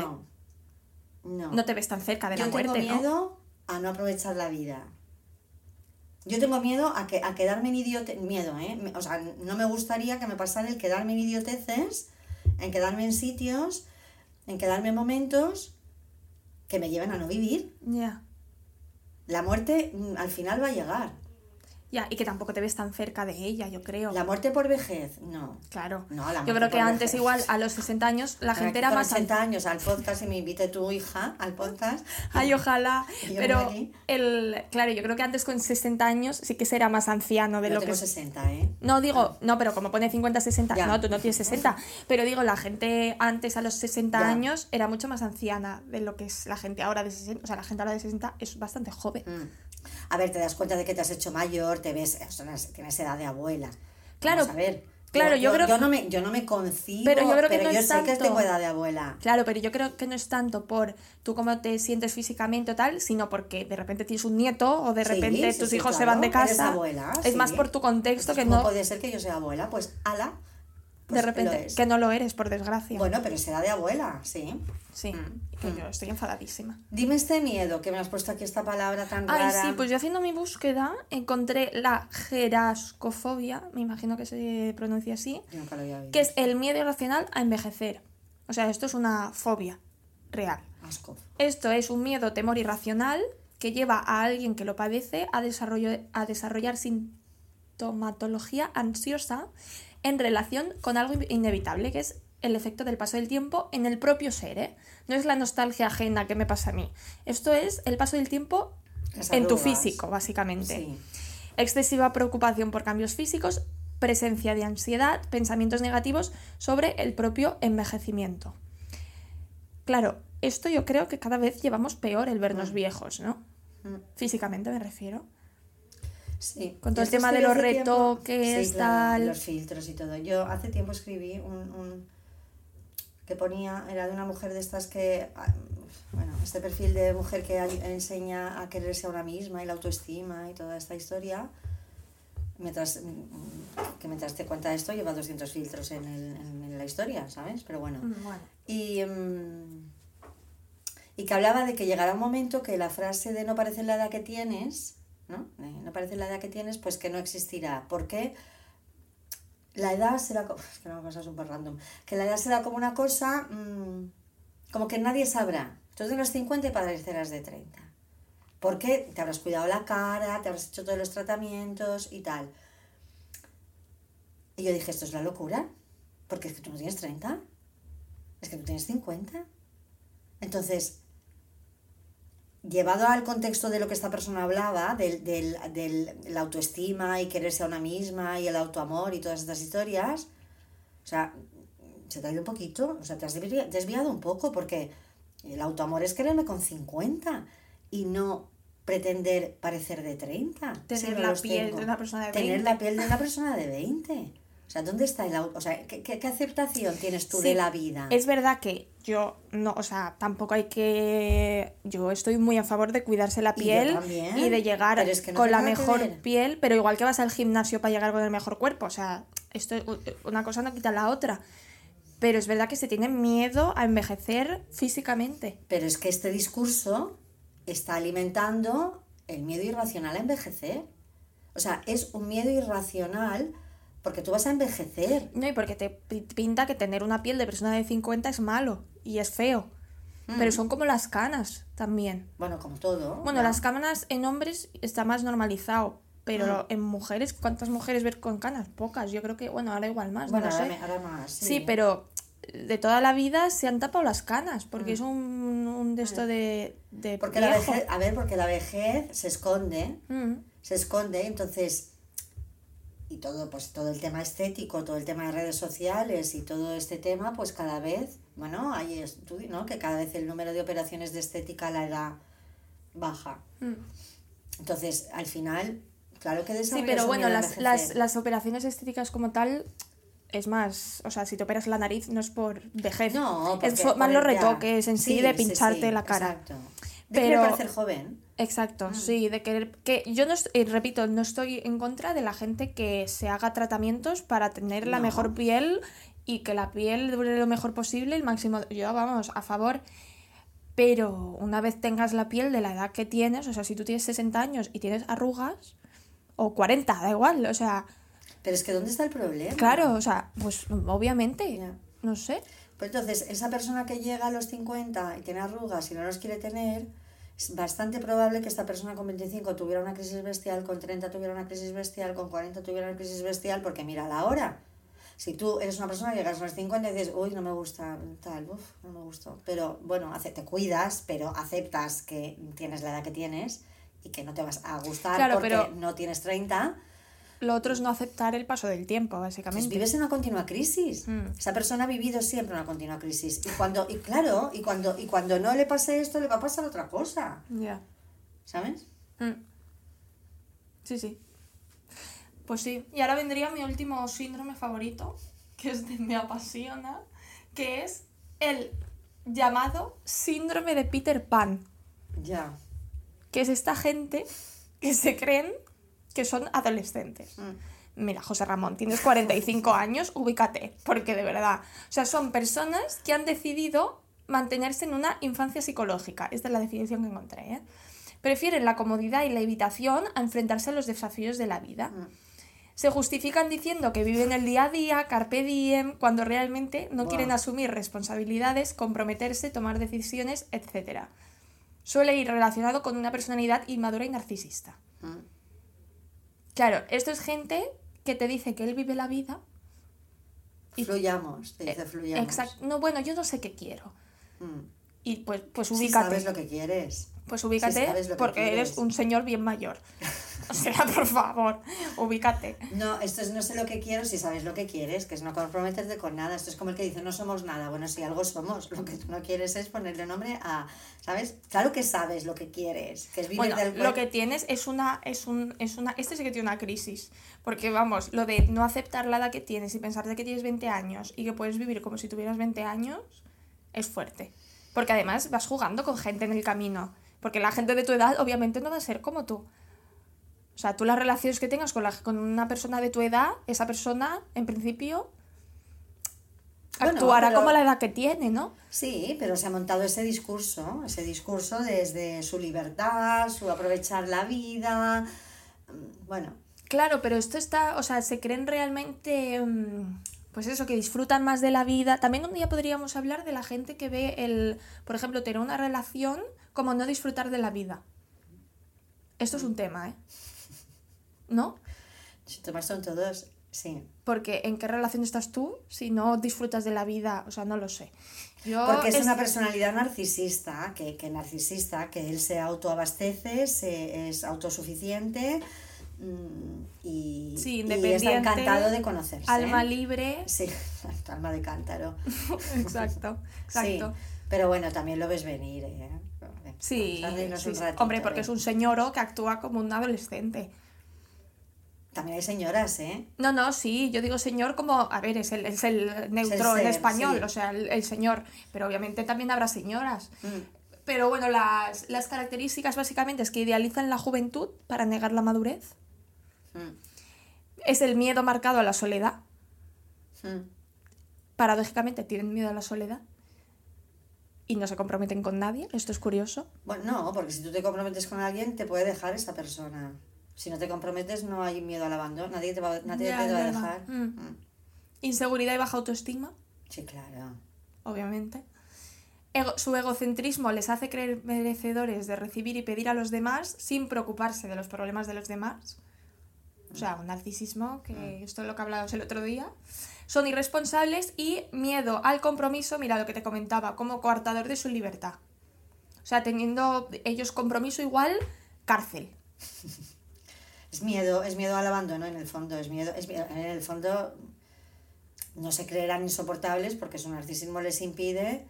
No. No te ves tan cerca de la muerte, Yo tengo miedo a no aprovechar la vida. Yo tengo miedo a quedarme en idioteces. Miedo, ¿eh? O sea, no me gustaría que me pasara el quedarme en idioteces, en quedarme en sitios, en quedarme en momentos que me lleven a no vivir. Ya. La muerte al final va a llegar. Ya, y que tampoco te ves tan cerca de ella, yo creo. La muerte por vejez, no. Claro. No, la Yo muerte creo que por antes vejez. igual, a los 60 años, la Ahora gente aquí era con más... 80 años al podcast y me invite tu hija al podcast. Ay, ojalá. Y yo Pero, vengo aquí. claro, yo creo que antes con 60 años sí que será más anciano de Yo lo tengo que... 60, ¿eh? No, digo, no, pero como pone 50, 60, Ya. no, tú no tienes 60, pero digo, la gente antes a los 60 Ya. años era mucho más anciana de lo que es la gente ahora de 60, o sea, la gente ahora de 60 es bastante joven. A ver, te das cuenta de que te has hecho mayor, te ves, tienes edad de abuela. Claro, Vamos a ver. claro, yo creo yo no me concibo, pero yo creo que no yo es sé que tanto. tengo edad de abuela. Claro, pero yo creo que no es tanto por tú cómo te sientes físicamente o tal, sino porque de repente tienes un nieto o de Sí, repente sí, tus sí, hijos se claro, van de eres casa. abuela, Es sí. más por tu contexto que ¿Cómo no puede ser que yo sea abuela? Pues ala. de Pues repente lo es. que no lo eres, por desgracia. Bueno, pero es edad de abuela, sí. Sí, que yo estoy enfadadísima. Dime este miedo, que me has puesto aquí esta palabra tan Ay, rara. sí, pues yo haciendo mi búsqueda encontré la gerascofobia, me imagino que se pronuncia así, Yo nunca lo había oído. que es el miedo irracional a envejecer. O sea, esto es una fobia real. Asco. Esto es un miedo, temor irracional que lleva a alguien que lo padece a desarrollar sintomatología ansiosa en relación con algo inevitable, que es el efecto del paso del tiempo en el propio ser, ¿eh? No es la nostalgia ajena que me pasa a mí. Esto es el paso del tiempo Las en tu arrugas. físico, básicamente. Sí. Excesiva preocupación por cambios físicos, presencia de ansiedad, pensamientos negativos sobre el propio envejecimiento. Claro, esto yo creo que cada vez llevamos peor el vernos viejos, ¿no? Físicamente me refiero. Sí. Con todo el Yo tema de escribí los hace tiempo- retoques, sí, claro, tal. los filtros y todo. Yo hace tiempo escribí un que ponía, era de una mujer de estas que, bueno, este perfil de mujer que enseña a quererse a una misma y la autoestima y toda esta historia. Mientras te cuenta esto lleva 200 filtros en la historia, ¿sabes? Pero bueno. Bueno. Y que hablaba de que llegará un momento que la frase de no parece la edad que tienes, ¿no? No parece la edad que tienes, pues que no existirá. Porque la edad será... Es que una cosa súper random. Que la edad será como una cosa... como que nadie sabrá. Tú tendrás 50 y padecerás de 30. Porque te habrás cuidado la cara, te habrás hecho todos los tratamientos y tal. Y yo dije, esto es la locura. Porque es que tú no tienes 30. Es que tú tienes 50. Entonces, llevado al contexto de lo que esta persona hablaba, de la autoestima y quererse a una misma y el autoamor y todas estas historias, o sea, se te ha ido un poquito, o sea, te has desviado un poco, porque el autoamor es quererme con 50 y no pretender parecer de 30. Tener la piel de una persona de 20. Tener la piel de una persona de 20. O sea, ¿dónde está o sea, ¿qué aceptación tienes tú de la vida? Es verdad que yo no, o sea, tampoco hay que... Yo estoy muy a favor de cuidarse la piel y de llegar con la mejor piel, pero igual que vas al gimnasio para llegar con el mejor cuerpo, o sea, una cosa no quita la otra. Pero es verdad que se tiene miedo a envejecer físicamente. Pero es que este discurso está alimentando el miedo irracional a envejecer. O sea, es un miedo irracional porque tú vas a envejecer. No, y porque te pinta que tener una piel de persona de 50 es malo y es feo. Pero son como las canas también. Bueno, como todo. Bueno, las canas en hombres está más normalizado, pero en mujeres, ¿cuántas mujeres ver con canas? Pocas, yo creo que, bueno, ahora igual más, bueno, no ahora, sé. ahora más, sí. Sí, pero de toda la vida se han tapado las canas, porque es un de esto de porque viejo. la vejez, a ver, porque la vejez se esconde, entonces... Y todo, pues todo el tema estético, todo el tema de redes sociales y todo este tema, pues cada vez, bueno, hay estudios, ¿no? Que cada vez el número de operaciones de estética a la edad baja. Entonces, al final, claro que desarrollas. Sí, pero bueno, miedo a las operaciones estéticas como tal, es más, o sea, si te operas la nariz no es por vejez, no, es más los retoques en sí de pincharte la cara. Exacto. De querer parecer joven. Exacto, sí, de querer... Que yo no repito, no estoy en contra de la gente que se haga tratamientos para tener la mejor piel y que la piel dure lo mejor posible, el máximo... Yo, vamos, a favor. Pero una vez tengas la piel de la edad que tienes, o sea, si tú tienes 60 años y tienes arrugas, o 40, da igual, o sea... Pero es que ¿dónde está el problema? Claro, o sea, pues obviamente, no sé. Pues entonces, esa persona que llega a los 50 y tiene arrugas y no los quiere tener... Es bastante probable que esta persona con 25 tuviera una crisis bestial, con 30 tuviera una crisis bestial, con 40 tuviera una crisis bestial, porque mira la hora. Si tú eres una persona que llegas a los 50 y dices, uy, no me gusta, tal, no me gustó. Pero bueno, te cuidas, pero aceptas que tienes la edad que tienes y que no te vas a gustar porque no tienes 30. Lo otro es no aceptar el paso del tiempo, básicamente. Entonces vives en una continua crisis. Esa persona ha vivido siempre una continua crisis. Y cuando no le pase esto, le va a pasar otra cosa. Ya. ¿Sabes? Sí. Pues sí. Y ahora vendría mi último síndrome favorito, que me apasiona, que es el llamado síndrome de Peter Pan. Ya. Que es esta gente que se creen que son adolescentes. Mira, José Ramón, tienes 45 años, ubícate, porque de verdad, o sea, son personas que han decidido mantenerse en una infancia psicológica. Esta es la definición que encontré, ¿eh? Prefieren la comodidad y la evitación a enfrentarse a los desafíos de la vida. Se justifican diciendo que viven el día a día, carpe diem, cuando realmente no quieren asumir responsabilidades, comprometerse, tomar decisiones, etc. Suele ir relacionado con una personalidad inmadura y narcisista. Claro, esto es gente que te dice que él vive la vida. Fluyamos, te dice fluyamos. Exacto. No, bueno, yo no sé qué quiero. Y pues ubícate. Si sabes lo que quieres. Pues ubícate, porque eres un señor bien mayor. O sea, por favor, ubícate. No, esto es no sé lo que quiero si sabes lo que quieres, que es no comprometerte con nada. Esto es como el que dice no somos nada. Bueno, si algo somos, lo que tú no quieres es ponerle nombre a, ¿sabes? Claro que sabes lo que quieres, que es vivir del cuerpo. Lo que tienes es una... Este sí que tiene una crisis. Porque, vamos, lo de no aceptar la edad que tienes y pensarte que tienes 20 años y que puedes vivir como si tuvieras 20 años, es fuerte. Porque además vas jugando con gente en el camino. Porque la gente de tu edad obviamente no va a ser como tú. O sea, tú las relaciones que tengas con una persona de tu edad, esa persona, en principio, actuará como la edad que tiene, ¿no? Sí, pero se ha montado ese discurso desde su libertad, su aprovechar la vida, bueno. Claro, pero esto está, o sea, se creen realmente, pues eso, que disfrutan más de la vida. También un día podríamos hablar de la gente que ve por ejemplo, tener una relación como no disfrutar de la vida. Esto es un tema, ¿eh? ¿No? Si temas son todos, sí. Porque ¿en qué relación estás tú si no disfrutas de la vida? O sea, no lo sé. Porque es una personalidad narcisista, que él se autoabastece, es autosuficiente y independiente, está encantado de conocerse. Alma libre. Sí, alma de cántaro. Exacto. Sí, pero bueno, también lo ves venir, ¿eh? Sí, un ratito, hombre, porque es un señoro que actúa como un adolescente. También hay señoras, ¿eh? No, sí, yo digo señor como, a ver, es el neutro en español, sí. O sea, el señor, pero obviamente también habrá señoras. Pero bueno, las características básicamente es que idealizan la juventud para negar la madurez. Es el miedo marcado a la soledad. Paradójicamente tienen miedo a la soledad. Y no se comprometen con nadie, esto es curioso. Bueno, no, porque si tú te comprometes con alguien, te puede dejar esa persona. Si no te comprometes, no hay miedo al abandono, nadie te va a dejar. Inseguridad y baja autoestima. Sí, claro. Obviamente. Su egocentrismo les hace creer merecedores de recibir y pedir a los demás sin preocuparse de los problemas de los demás. O sea, un narcisismo, que esto es lo que hablábamos el otro día. Son irresponsables y miedo al compromiso, mira lo que te comentaba, como coartador de su libertad. O sea, teniendo ellos compromiso igual, cárcel. Es miedo al abandono en el fondo, en el fondo no se creerán insoportables porque su narcisismo les impide,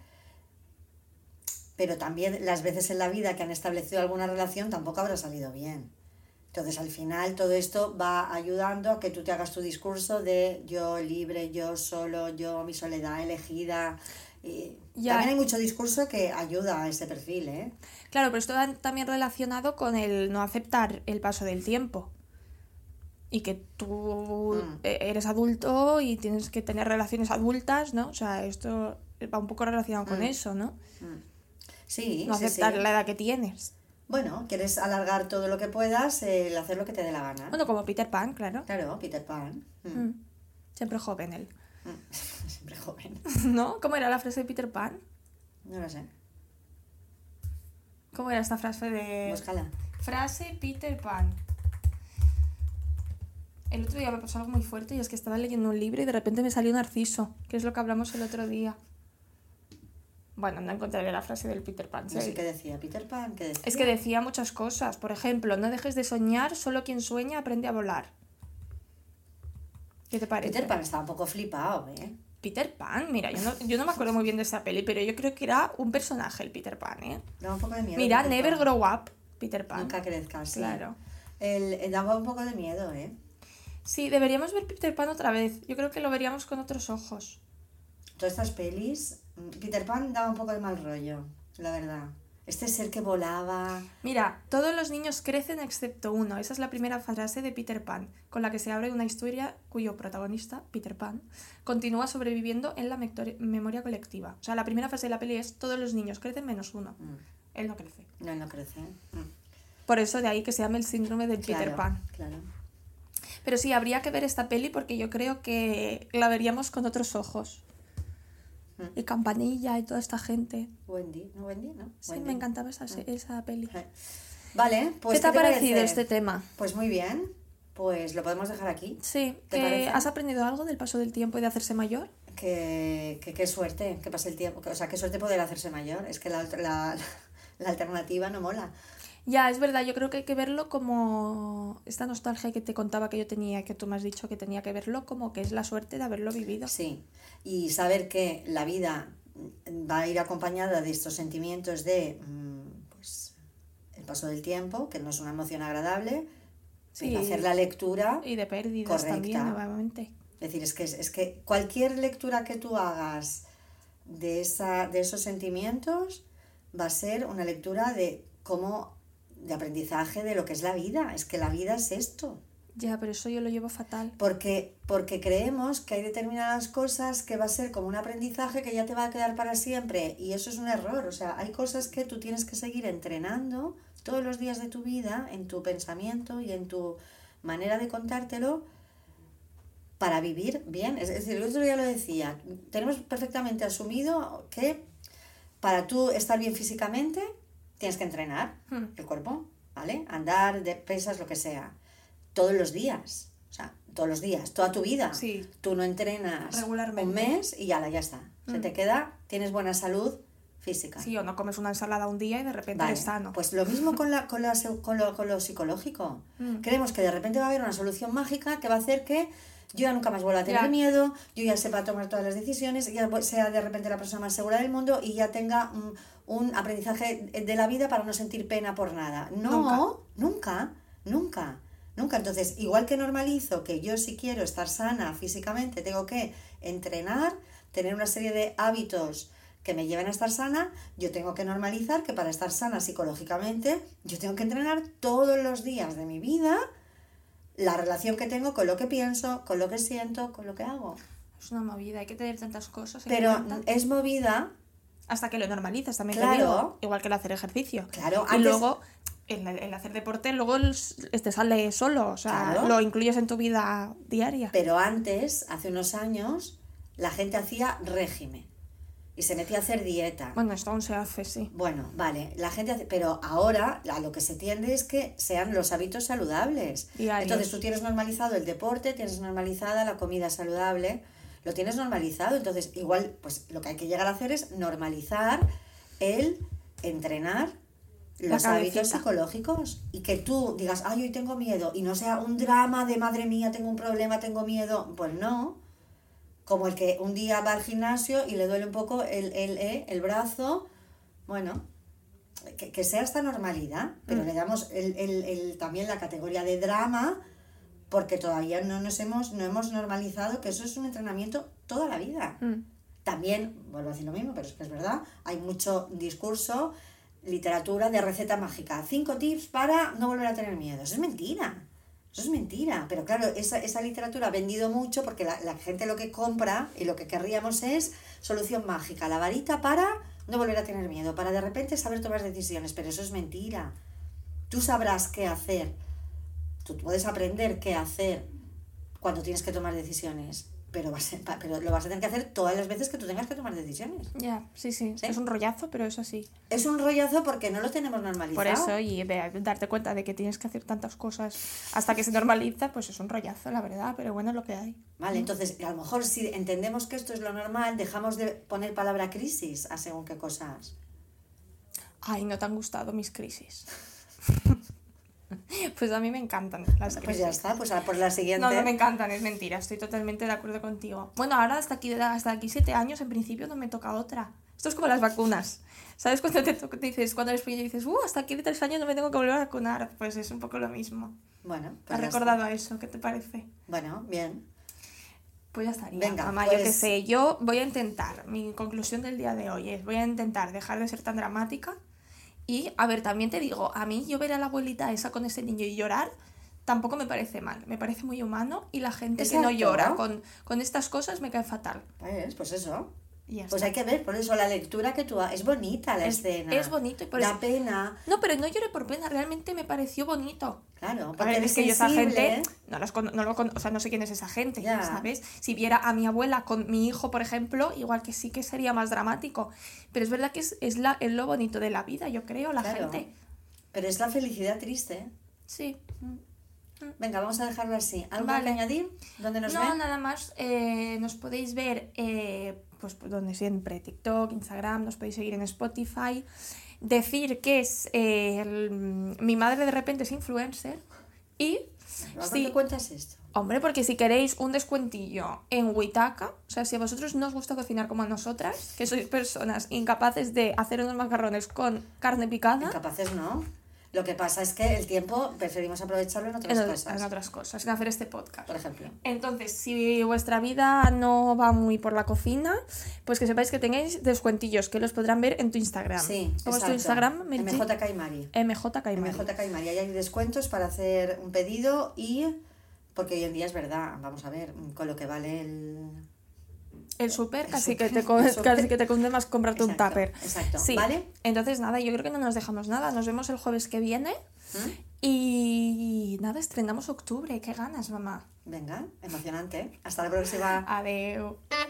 pero también las veces en la vida que han establecido alguna relación tampoco habrá salido bien. Entonces, al final, todo esto va ayudando a que tú te hagas tu discurso de yo libre, yo solo, yo mi soledad elegida. También hay mucho discurso que ayuda a ese perfil, ¿eh? Claro, pero esto va también relacionado con el no aceptar el paso del tiempo. Y que tú eres adulto y tienes que tener relaciones adultas, ¿no? O sea, esto va un poco relacionado con eso, ¿no? Sí, no aceptar la edad que tienes. Bueno, quieres alargar todo lo que puedas, hacer lo que te dé la gana. Bueno, como Peter Pan, claro. Claro, Peter Pan. Siempre joven él. Siempre joven. ¿No? ¿Cómo era la frase de Peter Pan? No lo sé. ¿Cómo era esta frase de...? Búscala. Frase Peter Pan. El otro día me pasó algo muy fuerte y es que estaba leyendo un libro y de repente me salió Narciso, que es lo que hablamos el otro día. Bueno, no encontraré la frase del Peter Pan. No sé qué decía Peter Pan. ¿Qué decía? Es que decía muchas cosas. Por ejemplo, no dejes de soñar, solo quien sueña aprende a volar. ¿Qué te parece? Peter Pan estaba un poco flipado, ¿eh? Peter Pan, mira, yo no me acuerdo muy bien de esa peli, pero yo creo que era un personaje el Peter Pan, ¿eh? Daba un poco de miedo. Mira, Never Grow Up, Peter Pan. Nunca crezcas, sí. Claro. Daba un poco de miedo, ¿eh? Sí, deberíamos ver Peter Pan otra vez. Yo creo que lo veríamos con otros ojos. Todas estas pelis, Peter Pan daba un poco de mal rollo, la verdad. Este ser que volaba... Mira, todos los niños crecen excepto uno. Esa es la primera frase de Peter Pan, con la que se abre una historia cuyo protagonista, Peter Pan, continúa sobreviviendo en la memoria colectiva. O sea, la primera frase de la peli es todos los niños crecen menos uno. Él no crece. No, él no crece. Por eso de ahí que se llame el síndrome del Peter Pan. Claro. Pero sí, habría que ver esta peli porque yo creo que la veríamos con otros ojos. Y Campanilla y toda esta gente. Wendy, ¿no? Sí, Wendy. me encantaba esa peli. Vale, pues ¿qué te ha parecido este tema? Pues muy bien, pues lo podemos dejar aquí. Sí, ¿has aprendido algo del paso del tiempo y de hacerse mayor? Que qué suerte que pase el tiempo, o sea, qué suerte poder hacerse mayor, es que la alternativa no mola. Ya, es verdad, yo creo que hay que verlo como esta nostalgia que te contaba que yo tenía, que tú me has dicho que tenía que verlo como que es la suerte de haberlo vivido. Sí, y saber que la vida va a ir acompañada de estos sentimientos de pues el paso del tiempo, que no es una emoción agradable, sí, hacer la lectura y de pérdidas correcta. También, nuevamente. Es decir, es que cualquier lectura que tú hagas de esos sentimientos va a ser una lectura de aprendizaje de lo que es la vida. Es que la vida es esto. Ya, pero eso yo lo llevo fatal. Porque creemos que hay determinadas cosas que va a ser como un aprendizaje que ya te va a quedar para siempre. Y eso es un error. O sea, hay cosas que tú tienes que seguir entrenando todos los días de tu vida, en tu pensamiento y en tu manera de contártelo, para vivir bien. Es decir, el otro día lo decía, tenemos perfectamente asumido que para tú estar bien físicamente tienes que entrenar el cuerpo, ¿vale? Andar, de pesas, lo que sea. Todos los días. O sea, todos los días, toda tu vida. Tú no entrenas regularmente un mes y ya está. Se te queda, tienes buena salud física. Sí, o no comes una ensalada un día y de repente eres sano. Pues lo mismo con lo psicológico. Creemos que de repente va a haber una solución mágica que va a hacer que yo ya nunca más vuelva a tener miedo, yo ya sepa tomar todas las decisiones, ya sea de repente la persona más segura del mundo y ya tenga un aprendizaje de la vida para no sentir pena por nada. No, nunca. Entonces, igual que normalizo que yo, si quiero estar sana físicamente, tengo que entrenar, tener una serie de hábitos que me lleven a estar sana, yo tengo que normalizar que para estar sana psicológicamente yo tengo que entrenar todos los días de mi vida la relación que tengo con lo que pienso, con lo que siento, con lo que hago. Es una movida, hay que tener tantas cosas. Pero es movida... Hasta que lo normalizas también, te digo, igual que el hacer ejercicio. Claro, y luego el hacer deporte luego te sale solo, o sea, lo incluyes en tu vida diaria. Pero antes, hace unos años, la gente hacía régimen y se metía a hacer dieta. Bueno, esto aún se hace, sí. Bueno, vale, la gente hace, pero ahora a lo que se tiende es que sean los hábitos saludables. Diarios. Entonces tú tienes normalizado el deporte, tienes normalizada la comida saludable, lo tienes normalizado. Entonces igual, pues lo que hay que llegar a hacer es normalizar el entrenar los hábitos psicológicos y que tú digas, ay, hoy tengo miedo, y no sea un drama de madre mía, tengo un problema, tengo miedo. Pues no. Como el que un día va al gimnasio y le duele un poco el brazo. Bueno, que sea esta normalidad, pero le damos también la categoría de drama porque todavía no hemos normalizado que eso es un entrenamiento toda la vida. También, vuelvo a decir lo mismo, pero es que es verdad, hay mucho discurso, literatura de receta mágica. 5 tips para no volver a tener miedo. Eso es mentira. Eso es mentira, pero claro, esa literatura ha vendido mucho porque la gente lo que compra y lo que querríamos es solución mágica, la varita para no volver a tener miedo, para de repente saber tomar decisiones, pero eso es mentira. Tú sabrás qué hacer, tú puedes aprender qué hacer cuando tienes que tomar decisiones, pero lo vas a tener que hacer todas las veces que tú tengas que tomar decisiones. Ya, sí. Es un rollazo, pero es así. Es un rollazo porque no lo tenemos normalizado. Por eso, y darte cuenta de que tienes que hacer tantas cosas hasta que se normaliza, pues es un rollazo, la verdad, pero bueno, es lo que hay. Vale, entonces, a lo mejor si entendemos que esto es lo normal, dejamos de poner palabra crisis a según qué cosas. Ay, no te han gustado mis crisis. Pues a mí me encantan las crisis. Pues ya está, pues por la siguiente. No me encantan, es mentira, estoy totalmente de acuerdo contigo. Bueno, ahora hasta aquí 7 años, en principio no me toca otra. Esto es como las vacunas. ¿Sabes cuando te dices, cuando eres pequeño dices, hasta aquí de 3 años no me tengo que volver a vacunar? Pues es un poco lo mismo. Bueno, pues ¿Has recordado a eso? ¿Qué te parece? Bueno, bien. Pues ya estaría. Venga, mamá, pues... yo qué sé, yo voy a intentar, mi conclusión del día de hoy es, voy a intentar dejar de ser tan dramática. Y, a ver, también te digo, a mí yo ver a la abuelita esa con ese niño y llorar, tampoco me parece mal, me parece muy humano y la gente que no llora con estas cosas me cae fatal. Pues eso. Pues está. Hay que ver, por eso la lectura que tú haces, es bonita la escena. Es bonito y por da eso... pena. No, pero no lloré por pena, realmente me pareció bonito. Claro, porque es que yo esa gente, o sea, no sé quién es esa gente, ¿sabes? Si viera a mi abuela con mi hijo, por ejemplo, igual que sí que sería más dramático. Pero es verdad que es lo bonito de la vida, yo creo, la gente. Pero es la felicidad triste. Sí. Venga, vamos a dejarlo así. ¿Algo que añadir? ¿Dónde nos ven? No, nada más. Nos podéis ver, pues donde siempre, TikTok, Instagram, nos podéis seguir en Spotify. Decir que es mi madre de repente es influencer y... ¿Por qué cuentas esto? Hombre, porque si queréis un descuentillo en Huitaca, o sea, si a vosotros no os gusta cocinar como a nosotras, que sois personas incapaces de hacer unos macarrones con carne picada... Incapaces no. Lo que pasa es que el tiempo preferimos aprovecharlo en otras cosas. En otras cosas, en hacer este podcast. Por ejemplo. Entonces, si vuestra vida no va muy por la cocina, pues que sepáis que tenéis descuentillos, que los podrán ver en tu Instagram. Sí, ¿Cómo es tu Instagram? MJ Caimari. MJ Caimari. MJ Caimari. Ahí hay descuentos para hacer un pedido y... Porque hoy en día es verdad, vamos a ver, con lo que vale el súper, casi que te cunde más comprarte un tupper. Exacto, sí. ¿Vale? Entonces, nada, yo creo que no nos dejamos nada. Nos vemos el jueves que viene. Y nada, estrenamos octubre. ¡Qué ganas, mamá! Venga, emocionante. Hasta la próxima. Adeu.